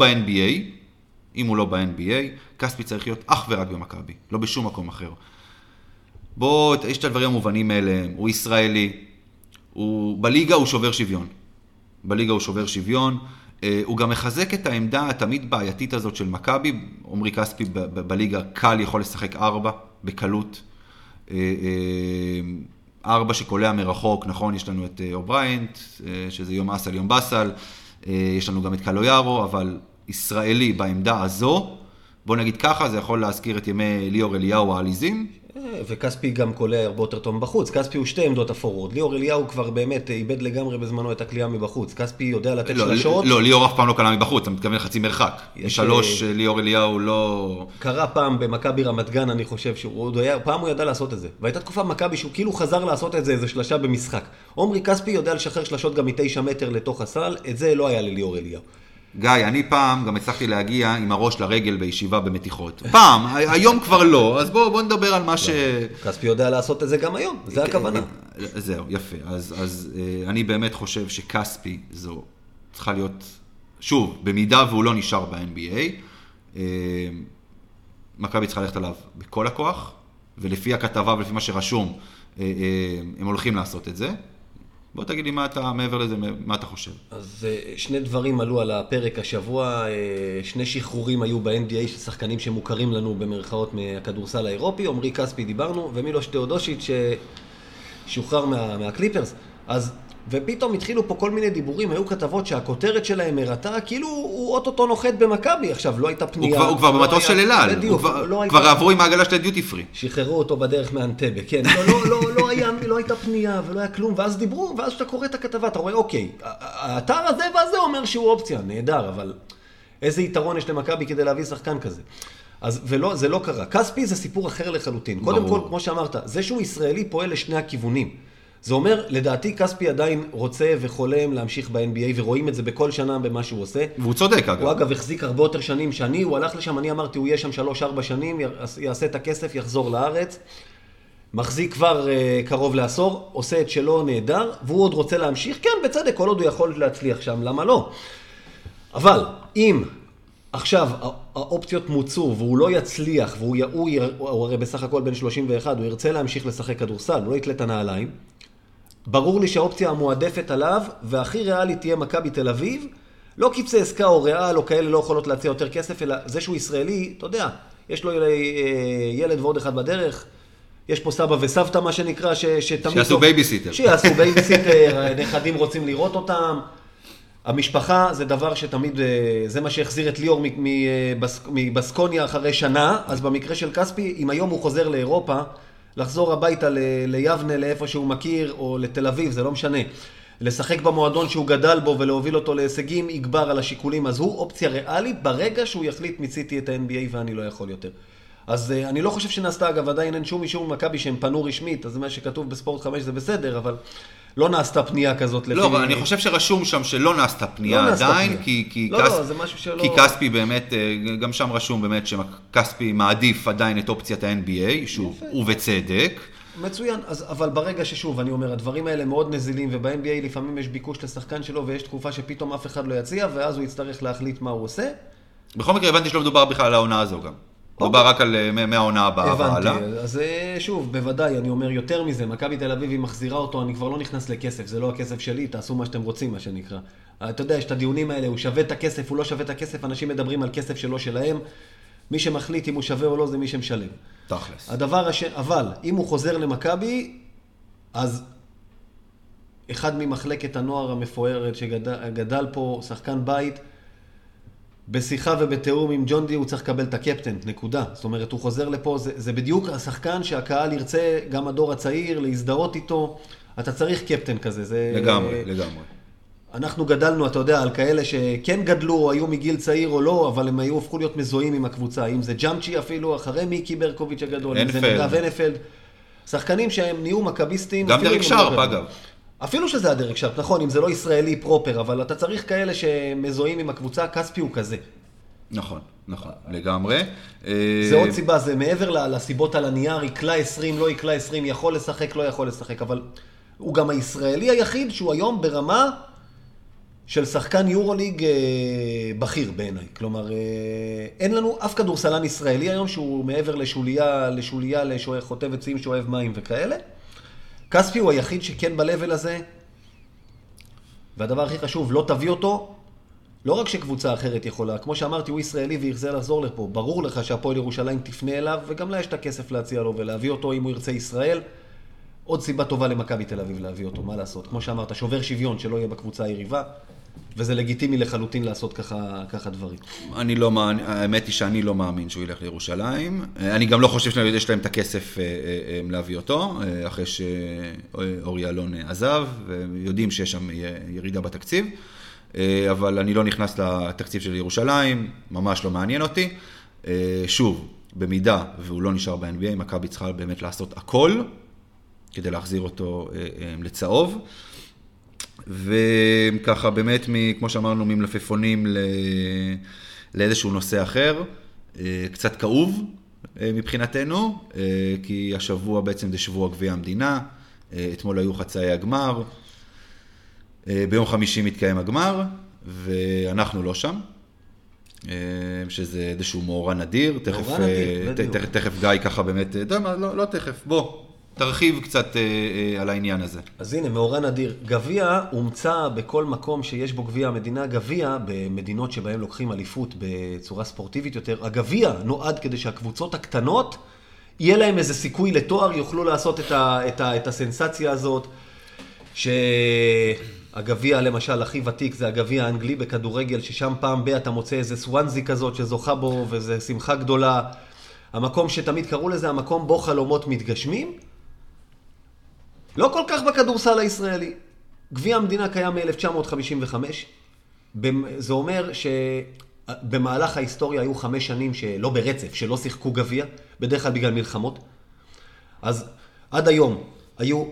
לא ב-NBA, כספי צריך להיות אך ורק במכבי, לא בשום מקום אחר. בוא, יש את הדברים המובנים אליהם, הוא ישראלי, בליגה הוא שובר שוויון. בליגה הוא שובר שוויון, הוא גם מחזק את העמדה התמיד בעייתית הזאת של מכבי, עומרי כספי בליגה קל יכול לשחק 4 בקלות, 4 שקולע מרחוק, נכון, יש לנו את אובריינט, שזה יום אסל, יום בסל, יש לנו גם את קלויארו, אבל ישראלי בעמדה הזו, בוא נגיד ככה, זה יכול להזכיר את ימי ליאור אליהו העליזים. וכספי גם קולע הרבה יותר טוב בחוץ. כספי הוא שתי עמדות הפורוורד. ליאור אליהו כבר באמת איבד לגמרי בזמנו את הקליעה מבחוץ. כספי יודע לתת שלשות. לא, ליאור אף פעם לא קלע מבחוץ, אתה מתכוון לחצי מרחק. משלוש ליאור אליהו לא... קרה פעם במכבי רמת גן, אני חושב פעם הוא ידע לעשות את זה. והייתה תקופה במכבי שהוא כאילו חזר לעשות את זה, איזה שלשה במשחק. עומרי כספי יודע לשחרר שלשות גם מ9 מטר לתוך הסל, את זה לא היה לליאור אליהו. גיא, אני פעם גם הצלחתי להגיע עם הראש לרגל בישיבה במתיחות. פעם, היום כבר לא, אז בוא נדבר על מה ש... כספי יודע לעשות את זה גם היום, זה הכוונה. זהו, יפה. אז אני באמת חושב שכספי זו צריכה להיות, שוב, במידה והוא לא נשאר ב-NBA, מכבי צריכה ללכת עליו בכל הכוח, ולפי הכתבה ולפי מה שרשום, הם הולכים לעשות את זה. בוא תגיד לי מה אתה, מעבר לזה, מה אתה חושב? אז שני דברים עלו על הפרק השבוע, שני שחרורים היו ב-NBA של שחקנים שמוכרים לנו במרכאות מהכדורסל האירופי, עומרי כספי דיברנו, ומילוש תאודושיץ' ששוחרר מהקליפרס. אז, ופתאום התחילו פה כל מיני דיבורים, היו כתבות שהכותרת שלהם הראתה, כאילו הוא אוטוטו נוחת במכבי, עכשיו לא הייתה פנייה. הוא כבר במטוס של אלעל, כבר עברו עם העגלה של דיוטי פרי. שחררו אותו בדרך מאנטבה, כן, לא הייתה פנייה ולא היה כלום, ואז דיברו, ואז שאתה קורא את הכתבה, אתה רואה, אוקיי, האתר הזה והזה אומר שהוא אופציה, נהדר, אבל איזה יתרון יש למכבי כדי להביא שחקן כזה? אז, זה לא קרה. כספי זה סיפור אחר לחלוטין. קודם כל, כמו שאמרת, זה שהוא ישראלי פועל לשני הכיוונים. זה אומר, לדעתי, כספי עדיין רוצה וחולם להמשיך ב-NBA, ורואים את זה בכל שנה במה שהוא עושה. והוא צודק, אגב. הוא אגב החזיק הרבה יותר שנים הוא הלך לשם, אני אמרתי, הוא יהיה שם 3-4 שנים, יעשה את הכסף, יחזור לארץ. מחזיק כבר קרוב לעשור, עושה את שלו נהדר, והוא עוד רוצה להמשיך, כן, בצדק, כל עוד הוא יכול להצליח שם, למה לא? אבל, אם עכשיו האופציות מוצאו, והוא לא יצליח, הוא הרי בסך הכל בין 31, הוא ירצה להמשיך לשחק כדורסל, הוא לא יתלה את הנעליים, ברור לי שהאופציה המועדפת עליו, והכי ריאלית תהיה מכבי תל אביב, לא קיבצי עסקה או ריאל או כאלה לא יכולות להציע יותר כסף, אלא זה שהוא ישראלי, אתה יודע, יש לו ילד ועוד אחד בדרך, יש פה סבא וסבתא מה שנקרא, שתמיד... שיעשו בייביסיטר. שיעשו בייביסיטר, נכדים רוצים לראות אותם. המשפחה זה דבר שתמיד, זה מה שהחזיר את ליאור מבסקוניה אחרי שנה, אז במקרה של כספי, אם היום הוא חוזר לאירופה, לחזור הביתה ליבנה, לאיפה שהוא מכיר, או לתל אביב, זה לא משנה. לשחק במועדון שהוא גדל בו ולהוביל אותו להישגים, יגבר על השיקולים, אז הוא אופציה ריאלית ברגע שהוא יחליט מיציתי את ה-NBA ואני לא יכול יותר. אז אני לא חושב שנעשתה, אגב, עדיין אין שום אישור ממכבי שהם פנו רשמית, אז מה שכתוב בספורט 5 זה בסדר, אבל לא נעשתה פנייה כזאת. לא, אבל אני חושב שרשום שם שלא נעשתה פנייה עדיין, כי כספי באמת, גם שם רשום באמת שכספי מעדיף עדיין את אופציית ה-NBA, שוב, ובצדק. מצוין, אבל ברגע ששוב, אני אומר, הדברים האלה מאוד נזילים, וב-NBA לפעמים יש ביקוש לשחקן שלו, ויש תקופה שפתאום אף אחד לא יציע, ואז הוא יצטרך להחליט מה הוא עושה. בכל מקרה, הבנתי שלא מדובר בכלל על העונה הזו גם. מדובר רק על מהעונה הבאה. הבנתי, אז שוב, בוודאי, אני אומר יותר מזה, מכבי תל אביב היא מחזירה אותו, אני כבר לא נכנס לכסף, זה לא הכסף שלי, תעשו מה שאתם רוצים, מה שנקרא. אתה יודע, יש את הדיונים האלה, הוא שווה את הכסף, הוא לא שווה את הכסף, אנשים מדברים על כסף שלו שלהם, מי שמחליט אם הוא שווה או לא, זה מי שמשלם. תכלס. אבל, אם הוא חוזר למכבי, אז אחד ממחלקת הנוער המפוארת שגדל פה, שחקן בית, בשיחה ובתיאום עם ג'ון די הוא צריך לקבל את הקפטן, נקודה. זאת אומרת, הוא חוזר לפה, זה בדיוק השחקן שהקהל ירצה, גם הדור הצעיר, להזדהות איתו. אתה צריך קפטן כזה. לגמרי. אנחנו גדלנו, אתה יודע, על כאלה שכן גדלו, או היו מגיל צעיר או לא, אבל הם היו הפכו להיות מזוהים עם הקבוצה. אם זה ג'אמצ'י אפילו, אחרי מיקי ברקוביץ' הגדול, אם זה נגב הנפלד. שחקנים שהם נהיו מכביסטים. גם דרק שרפ, אגב. אפילו שזה הדרק שרפ, נכון, אם זה לא ישראלי פרופר, אבל אתה צריך כאלה שמזוהים עם הקבוצה, כספי הוא כזה. נכון, לגמרי. זה עוד סיבה, זה מעבר לסיבות על הנייר, יקלה 20, לא יקלה 20, יכול לשחק, לא יכול לשחק, אבל הוא גם הישראלי היחיד שהוא היום ברמה של שחקן יורוליג בכיר בעיניי. כלומר, אין לנו אף כדורסלן ישראלי היום שהוא מעבר לשוליה, חוטב עצים, שואב מים וכאלה. כספי הוא היחיד שכן בלבל הזה, והדבר הכי חשוב, לא תביא אותו, לא רק שקבוצה אחרת יכולה, כמו שאמרתי, הוא ישראלי וירצה לחזור לפה. ברור לך שהפועל ירושלים תפנה אליו, וגם לה יש את הכסף להציע לו ולהביא אותו אם הוא ירצה ישראל. עוד סיבה טובה למכבי תל אביב להביא אותו, מה לעשות? כמו שאמרת, שובר שוויון שלא יהיה בקבוצה היריבה, וזה לגיטימי לחלוטין לעשות ככה דברים. האמת היא שאני לא מאמין שהוא ילך לירושלים. אני גם לא חושב שיש להם את הכסף להביא אותו, אחרי שאורי אלון עזב, ויודעים שיש שם ירידה בתקציב. אבל אני לא נכנס לתקציב של ירושלים, ממש לא מעניין אותי. שוב, במידה והוא לא נשאר ב-NBA, מכבי צריכה באמת לעשות הכל, כדי להחזיר אותו לצהוב. וככה באמת, כמו שאמרנו, ממלפפונים לאיזשהו נושא אחר, קצת כאוב מבחינתנו, כי השבוע בעצם זה שבוע גביע המדינה, אתמול היו חצאי הגמר, ביום חמישי מתקיים הגמר, ואנחנו לא שם, שזה איזשהו מאורע נדיר, תכף גיא ככה באמת, לא תכף, בוא, תרחיב קצת על העניין הזה. אז הנה, מאורע נדיר. גביע הומצא בכל מקום שיש בו גביע המדינה, גביע במדינות שבהם לוקחים אליפות בצורה ספורטיבית יותר, הגביע נועד כדי שהקבוצות הקטנות, יהיה להם איזה סיכוי לתואר, יוכלו לעשות את הסנסציה הזאת, שהגביע למשל הכי ותיק זה הגביע האנגלי בכדורגל, ששם פעם אתה מוצא איזה סוואנזי כזאת שזוכה בו, וזה שמחה גדולה. המקום שתמיד קראו לזה, המקום בו חלומות מתגשמים, לא כל כך בכדורסל הישראלי. גביע המדינה קיים מ-1955. זה אומר שבמהלך ההיסטוריה היו 5 שנים שלא ברצף, שלא שיחקו גביע, בדרך כלל בגלל מלחמות. אז עד היום היו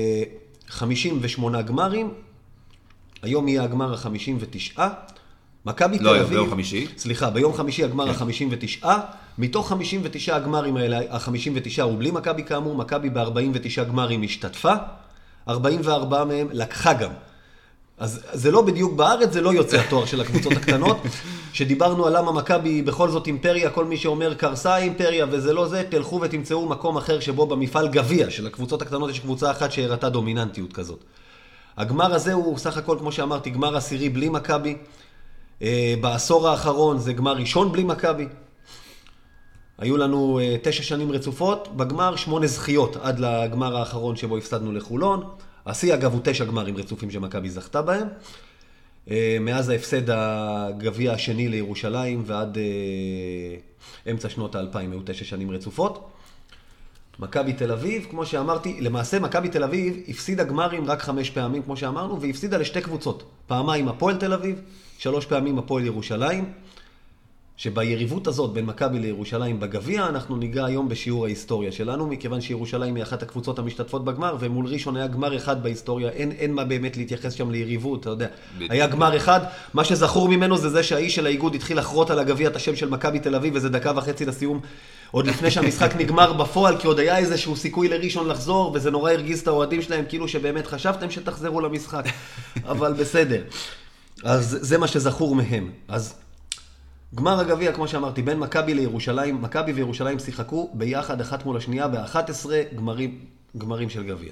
58 גמרים, היום יהיה הגמר ה-59. מכבי תל אביב... ביום חמישי. סליחה, ביום חמישי הגמר ה-59. מתוך 59 הגמרים האלה, ה-59 הוא בלי מכבי כאמור, מכבי ב-49 גמרים השתתפה, 44 מהם לקחה גם. אז זה לא בדיוק בארץ, זה לא יוצא התואר של הקבוצות הקטנות, שדיברנו על למה מכבי בכל זאת אימפריה, כל מי שאומר קרסה אימפריה וזה לא זה, תלכו ותמצאו מקום אחר שבו במפעל גביע של הקבוצות הקטנות יש קבוצה אחת שהראתה דומיננטיות כזאת. הגמר הזה הוא סך הכל, כמו שאמרתי, גמר עשירי בלי מכבי, בעשור האחרון זה גמר ראשון בלי מכבי. היו לנו 9 שנים רצופות, בגמר 8 זכיות עד לגמר האחרון שבו הפסדנו לחולון. השיא אגב הוא 9 גמרים רצופים שמכבי זכתה בהם. מאז ההפסד הגביע השני לירושלים ועד אמצע שנות ה-2000 היו 9 שנים רצופות. מכבי תל אביב, כמו שאמרתי, למעשה מכבי תל אביב הפסידה גמרים רק 5 פעמים, כמו שאמרנו, והפסידה לשתי קבוצות. פעמיים הפועל תל אביב, 3 פעמים הפועל ירושלים, שביריבות הזאת בין מכבי לירושלים בגביע, אנחנו ניגע היום בשיעור ההיסטוריה שלנו, מכיוון שירושלים היא אחת הקבוצות המשתתפות בגמר, ומול ראשון היה גמר אחד בהיסטוריה, אין מה באמת להתייחס שם ליריבות, אתה יודע. היה גמר אחד, מה שזכור ממנו זה שהאיש של האיגוד התחיל לחרות על הגביע את השם של מכבי תל אביב, וזה 1.5 דקות לסיום, עוד לפני שהמשחק נגמר בפועל, כי עוד היה איזשהו סיכוי לראשון לחזור, וזה נורא הרגיז את האוהדים שלהם, כאילו שבאמת חשבתם שתחזרו למשחק, אבל בסדר. אז זה מה שזכור מהם. אז גמר הגביע, כמו שאמרתי, בין מכבי לירושלים, מכבי וירושלים שיחקו ביחד אחת מול השנייה ב-11 גמרים של גביע.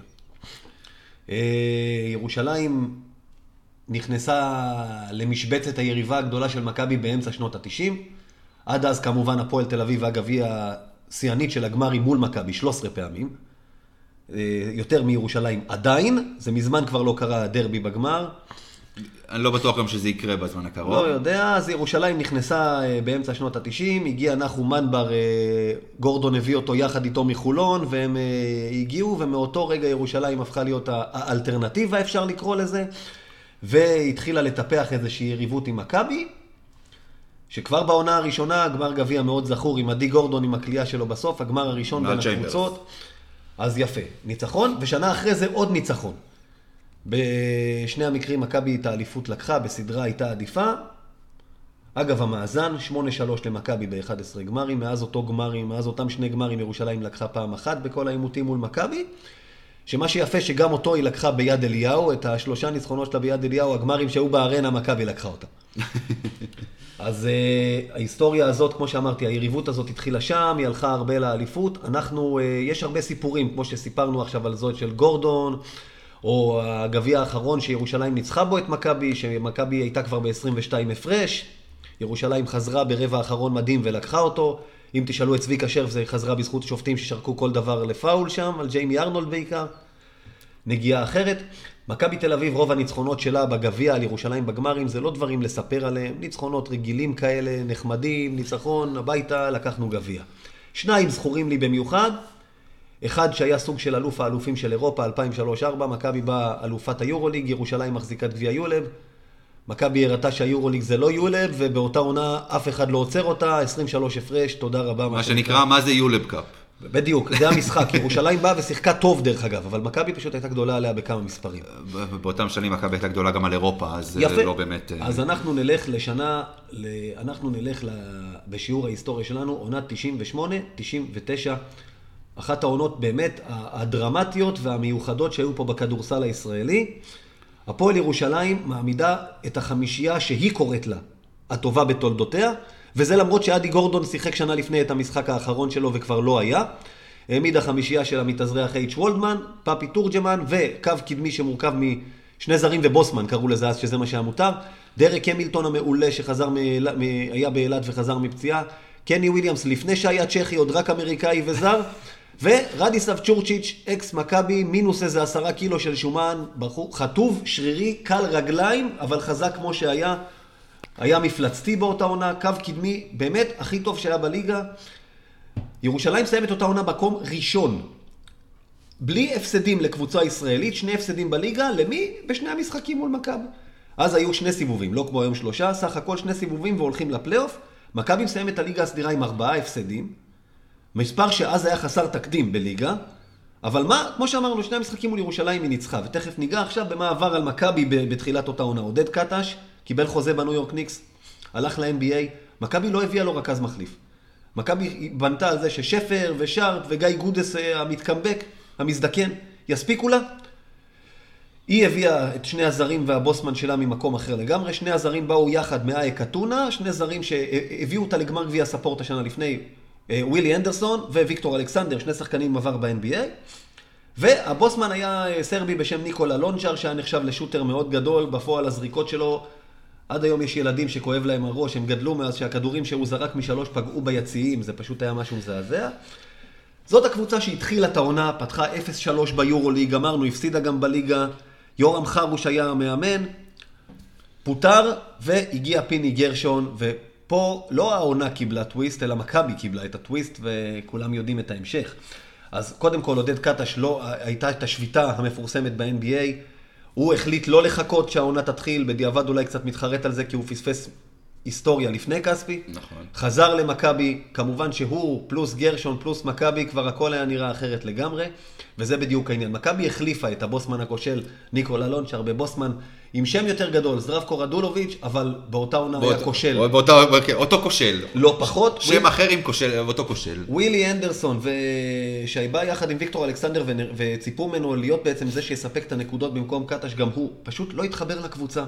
ירושלים נכנסה למשבצת היריבה הגדולה של מכבי באמצע שנות ה-90. עד אז כמובן הפועל תל אביב והגביע שיאנית של הגמרים מול מכבי 13 פעמים. יותר מירושלים עדיין, זה מזמן כבר לא קרה דרבי בגמר. אני לא בטוח גם שזה יקרה בזמן הקרוב. לא יודע, אז ירושלים נכנסה באמצע שנות ה-90, הגיע נחום מנבר, גורדון הביא אותו יחד איתו מחולון, והם הגיעו, ומאותו רגע ירושלים הפכה להיות האלטרנטיבה, אפשר לקרוא לזה, והתחילה לטפח איזושהי יריבות עם מכבי, שכבר בעונה הראשונה, גמר גביע מאוד זכור, עם עדי גורדון עם הקליעה שלו בסוף, הגמר הראשון בין הקבוצות, אז יפה, ניצחון, ושנה אחרי זה עוד ניצחון. בשני המקרים מכבי את האליפות לקחה, בסדרה הייתה עדיפה. אגב, המאזן 8-3 למכבי ב-11 גמרים, מאז אותם 2 גמרים ירושלים לקחה פעם אחת בכל האימותים מול מכבי. שמה שיפה שגם אותו היא לקחה ביד אליהו, את השלושה ניצחונות שלה ביד אליהו, הגמרים שהיו בארנה, מכבי לקחה אותה. אז ההיסטוריה הזאת, כמו שאמרתי, היריבות הזאת התחילה שם, היא הלכה הרבה לאליפות. יש הרבה סיפורים, כמו שסיפרנו עכשיו על זאת של גורדון, או הגביע האחרון שירושלים ניצחה בו את מכבי, שמכבי הייתה כבר ב-22 הפרש, ירושלים חזרה ברבע האחרון מדהים ולקחה אותו. אם תשאלו את צביקה שרף, זה חזרה בזכות שופטים ששרקו כל דבר לפאול שם, על ג'יימי ארנולד בעיקר. נגיעה אחרת. מכבי תל אביב, רוב הניצחונות שלה בגביע על ירושלים בגמרים, זה לא דברים לספר עליהם, ניצחונות רגילים כאלה, נחמדים, ניצחון, הביתה, לקחנו גביע. שניים זכורים לי במיוחד, אחד שהיה סוג של אלוף האלופים של אירופה, 2003-2004, מכבי באה אלופת היורוליג, ירושלים מחזיקת גביע יולב, מכבי הראתה שהיורוליג זה לא יולב, ובאותה עונה אף אחד לא עוצר אותה, 23 הפרש, תודה רבה. מה שנקרא, מה זה יולב קאפ? בדיוק, זה המשחק. ירושלים באה ושיחקה טוב דרך אגב, אבל מכבי פשוט הייתה גדולה עליה בכמה מספרים. באותם שנים מכבי הייתה גדולה גם על אירופה, אז יפה. זה לא באמת... אז אנחנו נלך לשנה, אנחנו נלך בשיעור ההיסטוריה שלנו, עונת 98-99, אחת העונות באמת הדרמטיות והמיוחדות שהיו פה בכדורסל הישראלי. הפועל ירושלים מעמידה את החמישייה שהיא קוראת לה הטובה בתולדותיה, וזה למרות שאדי גורדון שיחק שנה לפני את המשחק האחרון שלו וכבר לא היה. העמיד החמישייה של המתאזרח אייץ' וולדמן, פאפי תורג'מן וקו קדמי שמורכב משני זרים ובוסמן, קראו לזה אז שזה מה שהיה מותר. דרק המילטון המעולה שחזר היה באילת וחזר מפציעה. קני וויליאמס לפני שהיה צ'כי, עוד רק אמריקאי וזר. ורדיסלב צ'ורצ'יץ', אקס מכבי, מינוס איזה 10 קילו של שומן, חטוב, שרירי, קל רגליים, אבל חזק כמו שהיה. היה מפלצתי באותה עונה, קו קדמי, באמת הכי טוב שהיה בליגה. ירושלים סיימת אותה עונה מקום ראשון. בלי הפסדים לקבוצה ישראלית, 2 הפסדים בליגה, למי? בשני המשחקים מול מכבי. אז היו 2 סיבובים, לא כמו היום 3, סך הכל 2 סיבובים והולכים לפלייאוף. מכבי מסיימת את הליגה הסדירה עם 4 הפסדים. מספר שאז היה חסר תקדים בליגה. אבל מה, כמו שאמרנו, 2 משחקים מול ירושלים היא ניצחה, ותכף ניגע עכשיו במה עבר על מכבי בתחילת אותה עונה. עודד קטש קיבל חוזה בניו יורק ניקס, הלך ל-NBA, מכבי לא הביאה לו רכז מחליף. מכבי בנתה על זה ששפר ושארט וגיא גודס המתקמבק, המזדקן, יספיקו לה. היא הביאה את 2 הזרים והבוסמן שלה ממקום אחר לגמרי. 2 הזרים באו יחד מאייק אתונה, 2 זרים שהביאו אותה לגמר גביע ספורט השנה לפני, ווילי אנדרסון וויקטור אלכסנדר, 2 שחקנים עבר ב-NBA. והבוסמן היה סרבי בשם ניקולה לונג'ר, שהיה נחשב לשוטר מאוד גדול. בפועל הזריקות שלו, עד היום יש ילדים שכואב להם הראש, הם גדלו מאז שהכדורים שהוא זרק מ3 פגעו ביציעים, זה פשוט היה משהו מזעזע. זאת הקבוצה שהתחילה את העונה, פתחה 0-3 ביורוליג, אמרנו, הפסידה גם בליגה. יורם חרוש היה המאמן, פוטר, והגיע פיני גרשון, ופה לא העונה קיבלה טוויסט, אלא מכבי קיבלה את הטוויסט, וכולם יודעים את ההמשך. אז קודם כל, עודד קטש לא, הייתה את השביתה המפורסמת ב-NBA, הוא החליט לא לחכות שהעונה תתחיל, בדיעבד אולי קצת מתחרט על זה, כי הוא פספס היסטוריה לפני כספי. נכון. חזר למכבי, כמובן שהוא פלוס גרשון פלוס מכבי, כבר הכל היה נראה אחרת לגמרי, וזה בדיוק העניין. מכבי החליפה את הבוסמן הכושל ניקולה לונצ'ר בבוסמן עם שם יותר גדול, זרבקו רדולוביץ', אבל באותה עונה היה כושל. אותו כושל. לא פחות. שם אחר עם כושל, אותו כושל. ווילי אנדרסון, שהיבא יחד עם ויקטור אלכסנדר, וציפו ממנו להיות בעצם זה שיספק את הנקודות במקום קטש, גם הוא פשוט לא התחבר לקבוצה.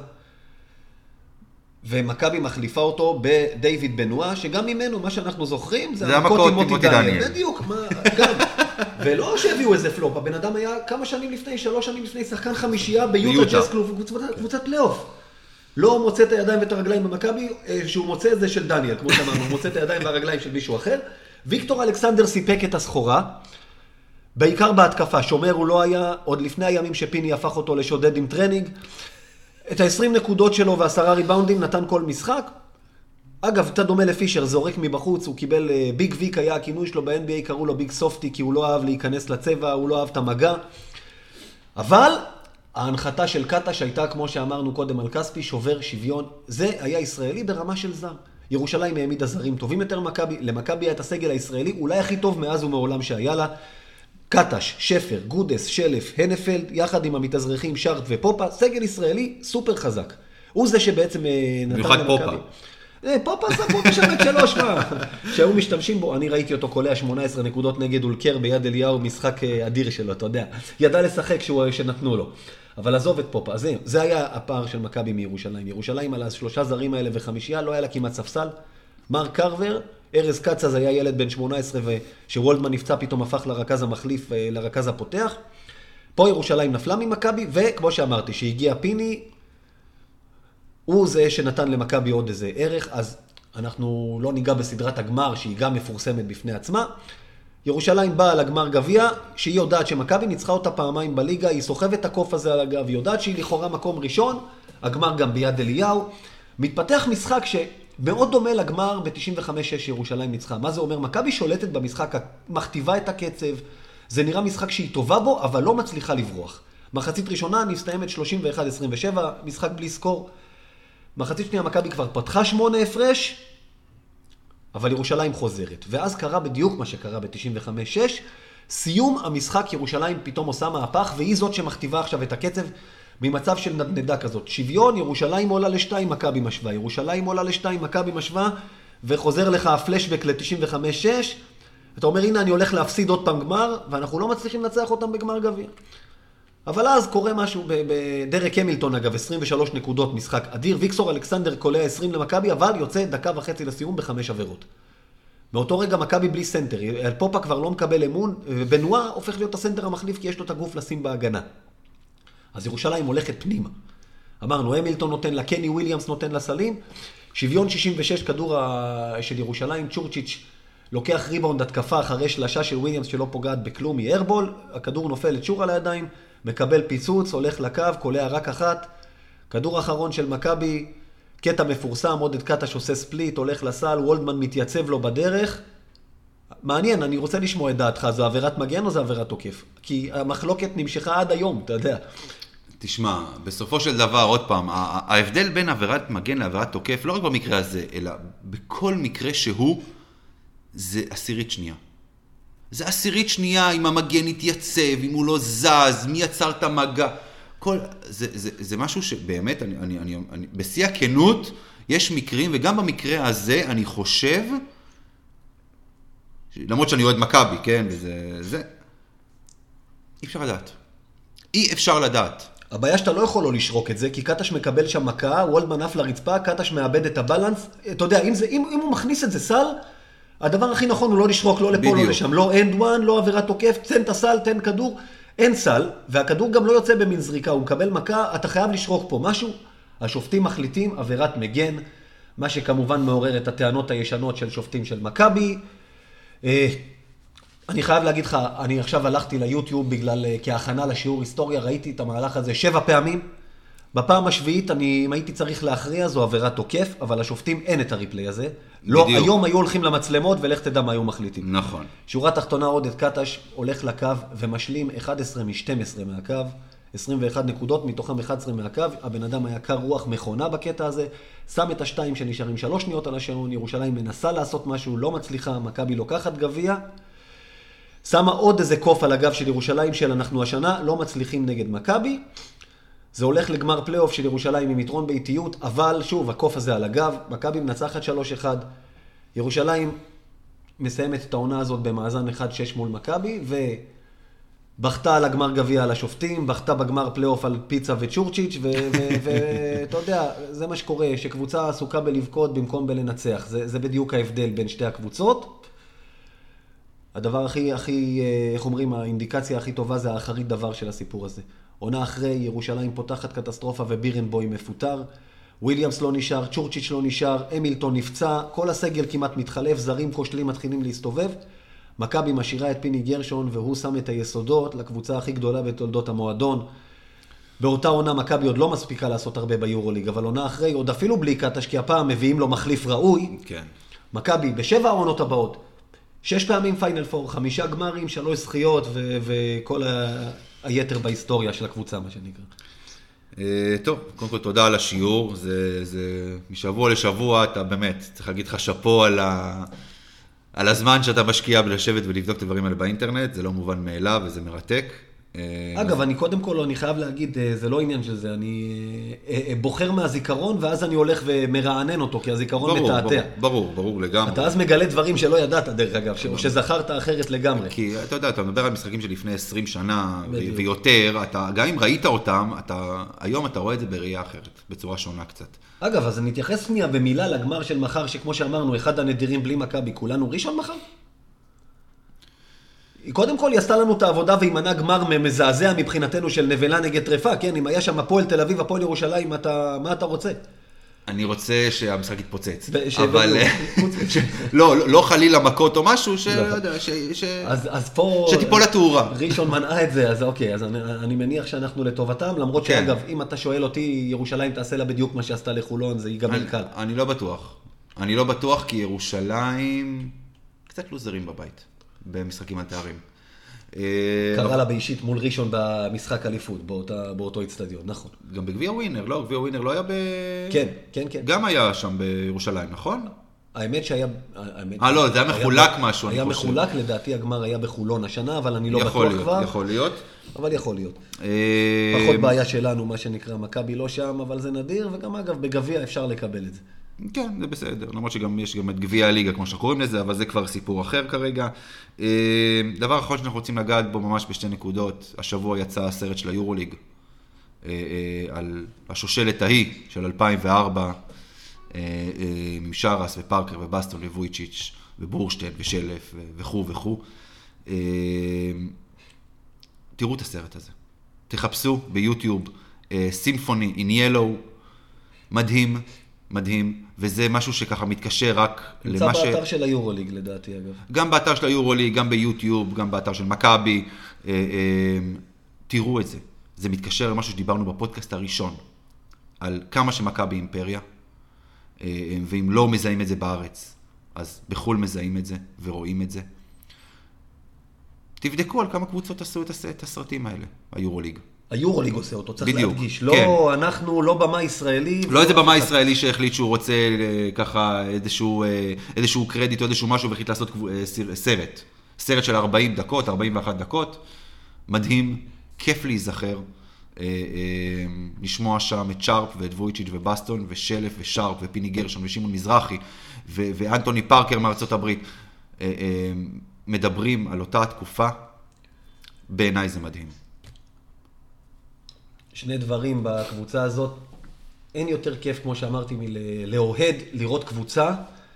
ומכבי מחליפה אותו בדייוויד בנואה, שגם ממנו, מה שאנחנו זוכרים, זה המכות עם מוטי דניאל. בדיוק, גם. ולא שהביאו איזה פלופ, הבן אדם היה כמה שנים לפני, 3 שנים לפני, שחקן חמישייה ביוטה ג'אז קלוב, קבוצת פלייאוף. לא מוצא את הידיים ואת הרגליים במכבי, שהוא מוצא את זה של דניאל, כמו שאמרנו, הוא מוצא את הידיים והרגליים של מישהו אחר. ויקטור אלכסנדר סיפק את הסחורה, בעיקר בהתקפה. שומר הוא לא היה, עוד לפני הימים שפיני הפך אותו לשודד עם טרנינג. את ה-20 נקודות שלו ו10 ריבאונדים נתן כל משחק. אגב, אתה דומה לפישר, זורק מבחוץ, הוא קיבל ביג ויק, היה הכינוי שלו ב-NBA, קראו לו ביג סופטי, כי הוא לא אהב להיכנס לצבע, הוא לא אהב את המגע. אבל ההנחתה של קטש הייתה, כמו שאמרנו קודם על כספי, שובר שוויון. זה היה ישראלי ברמה של זר. ירושלים העמידה זרים טובים יותר מכבי, למכבי היה את הסגל הישראלי, אולי הכי טוב מאז ומעולם שהיה לה. קטש, שפר, גודס, שלף, הנפלד, יחד עם המתאזרחים שרט ופופה, סגל ישראלי סופר חזק. הוא זה שבעצם נתן למכבי. פופה פה משנת 3, מה? שהיו משתמשים בו, אני ראיתי אותו קולע 18 נקודות נגד אולקר ביד אליהו, משחק אדיר שלו, אתה יודע. ידע לשחק שנתנו לו. אבל עזוב את פופה, אז זה היה הפער של מכבי מירושלים. ירושלים על השלושה זרים האלה וחמישייה, לא היה לה כמעט ספסל. מרק קרבר, ארז קצה, זה היה ילד בן 18, שוולדמן נפצע פתאום הפך לרכז המחליף, לרכז הפותח. פה ירושלים נפלה ממכבי, וכמו שאמרתי, שהגיע פיני, הוא זה שנתן למכבי עוד איזה ערך, אז אנחנו לא ניגע בסדרת הגמר, שהיא גם מפורסמת בפני עצמה. ירושלים באה לגמר גביע, שהיא יודעת שמכבי ניצחה אותה פעמיים בליגה, היא סוחבת את הקוף הזה על הגב, היא יודעת שהיא לכאורה מקום ראשון, הגמר גם ביד אליהו. מתפתח משחק שמאוד דומה לגמר ב-95-6 ירושלים ניצחה. מה זה אומר? מכבי שולטת במשחק, מכתיבה את הקצב, זה נראה משחק שהיא טובה בו, אבל לא מצליחה לברוח. מחצית ראשונה מסתיימת 31-27, משחק בלי סקור. מחצית שנייה מכבי כבר פתחה 8 הפרש, אבל ירושלים חוזרת. ואז קרה בדיוק מה שקרה ב-95-6, סיום המשחק ירושלים פתאום עושה מהפך, והיא זאת שמכתיבה עכשיו את הקצב ממצב של נדנדה כזאת. שוויון, ירושלים עולה ל2, מכבי משווה. ירושלים עולה ל2, מכבי משווה, וחוזר לך הפלשבק ל-95-6, אתה אומר, הנה אני הולך להפסיד עוד פעם גמר, ואנחנו לא מצליחים לנצח אותם בגמר גביע. אבל אז קורה משהו, בדרק המילטון אגב, 23 נקודות, משחק אדיר, ויקסור אלכסנדר קולע 20 למכבי, אבל יוצא דקה וחצי לסיום ב5 עבירות. מאותו רגע מכבי בלי סנטר, פופה כבר לא מקבל אמון, ובנועה הופך להיות הסנטר המחליף, כי יש לו את הגוף לשים בהגנה. אז ירושלים הולכת פנימה. אמרנו, המילטון נותן לה, קני וויליאמס נותן לה סלים, שוויון 66 כדור של ירושלים, צ'ורצ'יץ' לוקח ריבאונד התקפה אחרי שלשה של וויליאמס שלא פוגעת בכלום, היא ארבול, הכדור נופל לצ'ורה לידיים, מקבל פיצוץ, הולך לקו, קולע רק אחת. כדור אחרון של מכבי, קטע מפורסם, עודד קטש עושה ספליט, הולך לסל, וולדמן מתייצב לו בדרך. מעניין, אני רוצה לשמוע את דעתך, זו עבירת מגן או זו עבירת תוקף? כי המחלוקת נמשכה עד היום, אתה יודע. תשמע, בסופו של דבר, עוד פעם, ההבדל בין עבירת מגן לעבירת תוקף, לא רק במקרה הזה, אלא בכל מקרה שהוא, זה עשירית שנייה. זה עשירית שנייה, אם המגן יתייצב, אם הוא לא זז, מי יצר את המגע. זה משהו שבאמת, בשיא הכנות, יש מקרים, וגם במקרה הזה, אני חושב, למרות שאני אוהד מכבי, כן, וזה, אי אפשר לדעת. אי אפשר לדעת. הבעיה שאתה לא יכול לא לשרוק את זה, כי קטש מקבל שם מכה, וולדמן עף לרצפה, קטש מאבד את הבלנס. אתה יודע, אם הוא מכניס את זה סל, הדבר הכי נכון הוא לא לשרוק, לא לפה, לא לשם, לא end one, לא עבירת תוקף, תן את הסל, תן כדור, אין סל, והכדור גם לא יוצא במין זריקה, הוא מקבל מכה, אתה חייב לשרוק פה משהו, השופטים מחליטים עבירת מגן, מה שכמובן מעורר את הטענות הישנות של שופטים של מכבי. אני חייב להגיד לך, אני עכשיו הלכתי ליוטיוב כהכנה לשיעור היסטוריה, ראיתי את המהלך הזה 7 פעמים, בפעם השביעית, אם הייתי צריך להכריע, זו עבירת תוקף, אבל השופטים אין את הריפלי הזה. לא, היום היו הולכים למצלמות, ולך תדע מה היו מחליטים. נכון. שורה תחתונה, עודד קטש הולך לקו ומשלים 11 מ-12 מהקו, 21 נקודות, מתוכם 11 מהקו, הבן אדם היה קר רוח מכונה בקטע הזה, שם את השתיים שנשארים 3 שניות על השעון, ירושלים מנסה לעשות משהו, לא מצליחה, מכבי לוקחת גביע, שמה עוד איזה קוף על הגב של ירושלים של אנחנו השנה, לא מצליחים נגד מכבי, זה הולך לגמר פלייאוף של ירושלים עם יתרון באיטיות, אבל שוב, הקוף הזה על הגב, מכבי מנצחת 3-1, ירושלים מסיימת את העונה הזאת במאזן 1-6 מול מכבי, ובחתה על הגמר גביע על השופטים, בחתה בגמר פלייאוף על פיצה וצ'ורצ'יץ', ואתה יודע, זה מה שקורה, שקבוצה עסוקה בלבכות במקום בלנצח, זה בדיוק ההבדל בין שתי הקבוצות. הדבר הכי, איך אומרים, האינדיקציה הכי טובה זה האחרית דבר של הסיפור הזה. עונה אחרי, ירושלים פותחת קטסטרופה ובירנבוי מפוטר, וויליאמס לא נשאר, צ'ורצ'יץ' לא נשאר, המילטון נפצע, כל הסגל כמעט מתחלף, זרים כושלים מתחילים להסתובב, מכבי משאירה את פיני גרשון והוא שם את היסודות לקבוצה הכי גדולה בתולדות המועדון. באותה עונה מכבי עוד לא מספיקה לעשות הרבה ביורוליג, אבל עונה אחרי, עוד אפילו בלי קטש, כי הפעם מביאים לו מחליף ראוי. כן. מכבי ב7 העונות הבאות, 6 פעמים פיינל פור, 5 גמרים, 3 זכיות וכל היתר בהיסטוריה של הקבוצה, מה שנקרא. טוב, קודם כל תודה על השיעור, זה משבוע לשבוע, אתה באמת, צריך להגיד לך שפו על הזמן שאתה משקיע בלשבת ולבדוק את הדברים האלה באינטרנט, זה לא מובן מאליו וזה מרתק. אגב, אני קודם כל, אני חייב להגיד, זה לא עניין של זה, אני בוחר מהזיכרון, ואז אני הולך ומרענן אותו, כי הזיכרון מתעתע. ברור, לגמרי. אתה אז מגלה דברים שלא ידעת, דרך אגב, או שזכרת אחרת לגמרי. כי אתה יודע, אתה מדבר על משחקים של לפני 20 שנה ויותר, גם אם ראית אותם, היום אתה רואה את זה בראייה אחרת, בצורה שונה קצת. אגב, אז אני אתייחס שנייה במילה לגמר של מחר, שכמו שאמרנו, אחד הנדירים בלי מכבי, כולנו ראשון מחר? קודם כל, היא עשתה לנו את העבודה והיא מנעה גמר מזעזע מבחינתנו של נבלה נגד טרפה, כן? אם היה שם הפועל תל אביב, הפועל ירושלים, מה אתה רוצה? אני רוצה שהמשחק יתפוצץ, אבל לא חלילה מכות או משהו, שתיפול לתאורה. ראשון מנעה את זה, אז אוקיי, אז אני מניח שאנחנו לטובתם, למרות שאגב, אם אתה שואל אותי, ירושלים תעשה לה בדיוק מה שעשתה לחולון, זה ייגמר קל. אני לא בטוח, כי ירושלים קצת לוזרים בבית. במשחקים התארים. קרא לה באישית מול ראשון במשחק אליפות, באותו אצטדיון, נכון. גם בגביע ווינר, לא? גביע ווינר לא היה כן. גם היה שם בירושלים, נכון? האמת שהיה... לא, זה היה מחולק משהו, אני חושב. היה מחולק, לדעתי הגמר היה בחולון השנה, אבל אני לא בטוח כבר. יכול להיות. אבל יכול להיות. פחות בעיה שלנו, מה שנקרא, מכבי לא שם, אבל זה נדיר, וגם אגב, בגביע אפשר לקבל את זה. כן, זה בסדר, למרות שגם יש גם את גביע הליגה, כמו שאנחנו קוראים לזה, אבל זה כבר סיפור אחר כרגע. דבר אחרון שאנחנו רוצים לגעת בו ממש בשתי נקודות, השבוע יצא הסרט של היורוליג, על השושלת ההיא של 2004, עם שרס ופארקר ובסטון וויצ'יץ' ובורשטיין ושלף וכו'. תראו את הסרט הזה. תחפשו ביוטיוב, סימפוני אין ילו, מדהים, וזה משהו שככה מתקשר רק נמצא באתר של היורוליג לדעתי אגב. גם באתר של היורוליג, גם ביוטיוב, גם באתר של מכבי. תראו את זה. זה מתקשר למשהו שדיברנו בפודקאסט הראשון, על כמה שמכבי אימפריה, ואם לא מזהים את זה בארץ, אז בחול מזהים את זה ורואים את זה. תבדקו על כמה קבוצות עשו את הסרטים האלה, היורוליג. היורוליג עושה אותו, צריך להדגיש. לא, אנחנו לא במה ישראלי. לא איזה במה ישראלי שהחליט שהוא רוצה ככה איזשהו קרדיט או איזשהו משהו והחליט לעשות סרט. סרט של 40 דקות, 41 דקות. מדהים, כיף להיזכר. לשמוע שם את שרפ ואת וויצ'יץ' ובסטון ושלף ושרפ ופיני גרשון ושימון מזרחי ואנטוני פארקר מארצות הברית. מדברים על אותה התקופה. בעיניי זה מדהים. שני דברים בקבוצה הזאת, אין יותר כיף, כמו שאמרתי, מלאוהד, לראות קבוצה.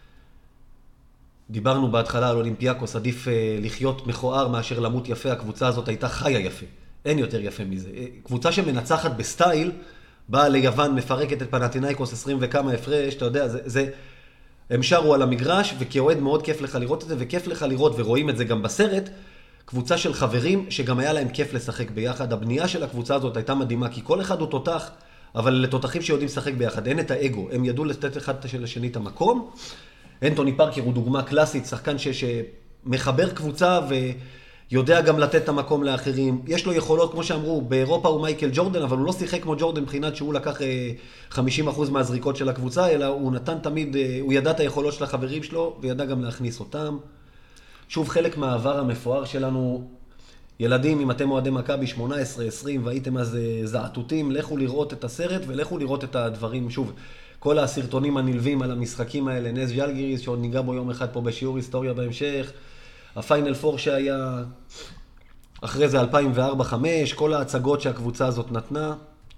דיברנו בהתחלה על אולימפיאקוס, עדיף לחיות מכוער מאשר למות יפה, הקבוצה הזאת הייתה חיה יפה. אין יותר יפה מזה. קבוצה שמנצחת בסטייל, באה ליוון, מפרקת את פנתינייקוס 20 וכמה הפרש, אתה יודע, הם שרו על המגרש, וכאוהד מאוד כיף לך לראות את זה, וכיף לך לראות, ורואים את זה גם בסרט, קבוצה של חברים שגם היה להם כיף לשחק ביחד. הבנייה של הקבוצה הזאת הייתה מדהימה, כי כל אחד הוא תותח, אבל לתותחים שיודעים לשחק ביחד. אין את האגו, הם ידעו לתת אחד של השני את המקום. אנטוני פארקר הוא דוגמה קלאסית, שחקן שמחבר קבוצה ויודע גם לתת את המקום לאחרים. יש לו יכולות, כמו שאמרו, באירופה הוא מייקל ג'ורדן, אבל הוא לא שיחק כמו ג'ורדן מבחינת שהוא לקח 50% מהזריקות של הקבוצה, אלא הוא נתן תמיד, הוא ידע את היכולות של החברים שלו וידע גם להכניס אותם. שוב, חלק מהעבר המפואר שלנו, ילדים, אם אתם אוהדי מכבי 18, 20, והייתם אז זעתותים, לכו לראות את הסרט ולכו לראות את הדברים. שוב, כל הסרטונים הנלווים על המשחקים האלה, נס ג'לגיריס, שעוד ניגע בו יום אחד פה בשיעור היסטוריה בהמשך, הפיינל פור שהיה אחרי זה 2004-2005, כל ההצגות שהקבוצה הזאת נתנה,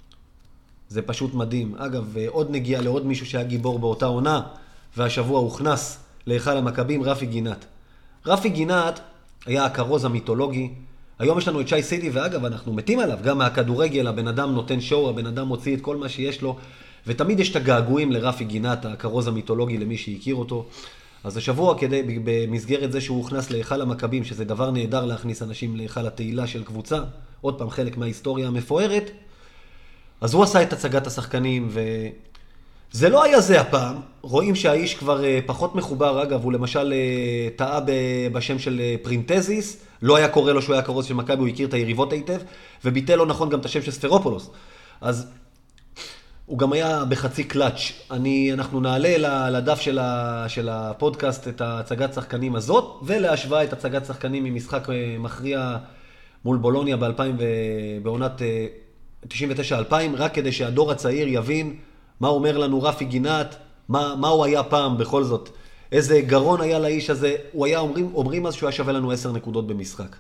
זה פשוט מדהים. אגב, עוד נגיע לעוד מישהו שהיה גיבור באותה עונה, והשבוע הוכנס להיכל המכבים, רפי גינת. רפי גינת היה הכרוז המיתולוגי. היום יש לנו את שי סידי, ואגב, אנחנו מתים עליו. גם מהכדורגל, הבן אדם נותן שואו, הבן אדם מוציא את כל מה שיש לו, ותמיד יש את הגעגועים לרפי גינת, הכרוז המיתולוגי למי שהכיר אותו. אז השבוע, במסגרת זה שהוא הוכנס להיכל המכבים, שזה דבר נהדר להכניס אנשים להיכל התהילה של קבוצה, עוד פעם חלק מההיסטוריה המפוארת, אז הוא עשה את הצגת השחקנים, זה לא היה זה הפעם. רואים שהאיש כבר פחות מחובר. אגב, הוא למשל טעה בשם של פרינטזיס, לא היה קורא לו שהוא היה כרוז של מכבי, הוא הכיר את היריבות היטב, וביטל לו נכון גם את השם של ספרופולוס. אז הוא גם היה בחצי קלאץ'. אנחנו נעלה לדף של הפודקאסט את הצגת שחקנים הזאת, ולהשוואה את הצגת שחקנים ממשחק מכריע מול בולוניה בעונת 99-2000, רק כדי שהדור הצעיר יבין מה אומר לנו רפי גינת, מה הוא היה פעם בכל זאת. איזה גרון היה לאיש הזה, הוא היה אומרים אז שהוא היה שווה לנו 10 נקודות במשחק.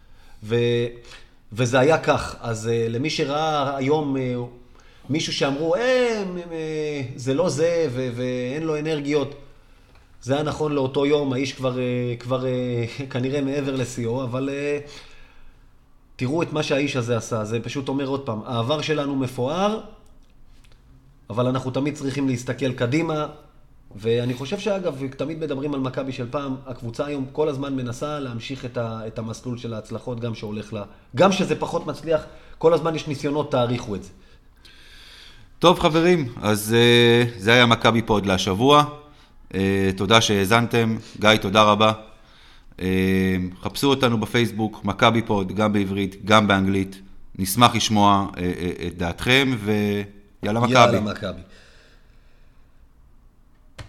וזה היה כך. אז למי שראה היום מישהו שאמרו, זה לא זה ואין לו אנרגיות, זה היה נכון לאותו יום, האיש כבר כנראה מעבר לשיאו, אבל תראו את מה שהאיש הזה עשה. זה פשוט אומר עוד פעם, העבר שלנו מפואר, אבל אנחנו תמיד צריכים להסתכל קדימה, ואני חושב שאגב, תמיד מדברים על מכבי של פעם, הקבוצה היום כל הזמן מנסה להמשיך את המסלול של ההצלחות, גם שהולך לה, גם שזה פחות מצליח, כל הזמן יש ניסיונות, תאריכו את זה. טוב חברים, אז זה היה מכבי פוד להשבוע. תודה שהאזנתם, גיא תודה רבה. חפשו אותנו בפייסבוק, מכבי פוד, גם בעברית, גם באנגלית. נשמח לשמוע את דעתכם ויאללה מכבי. יאללה מכבי.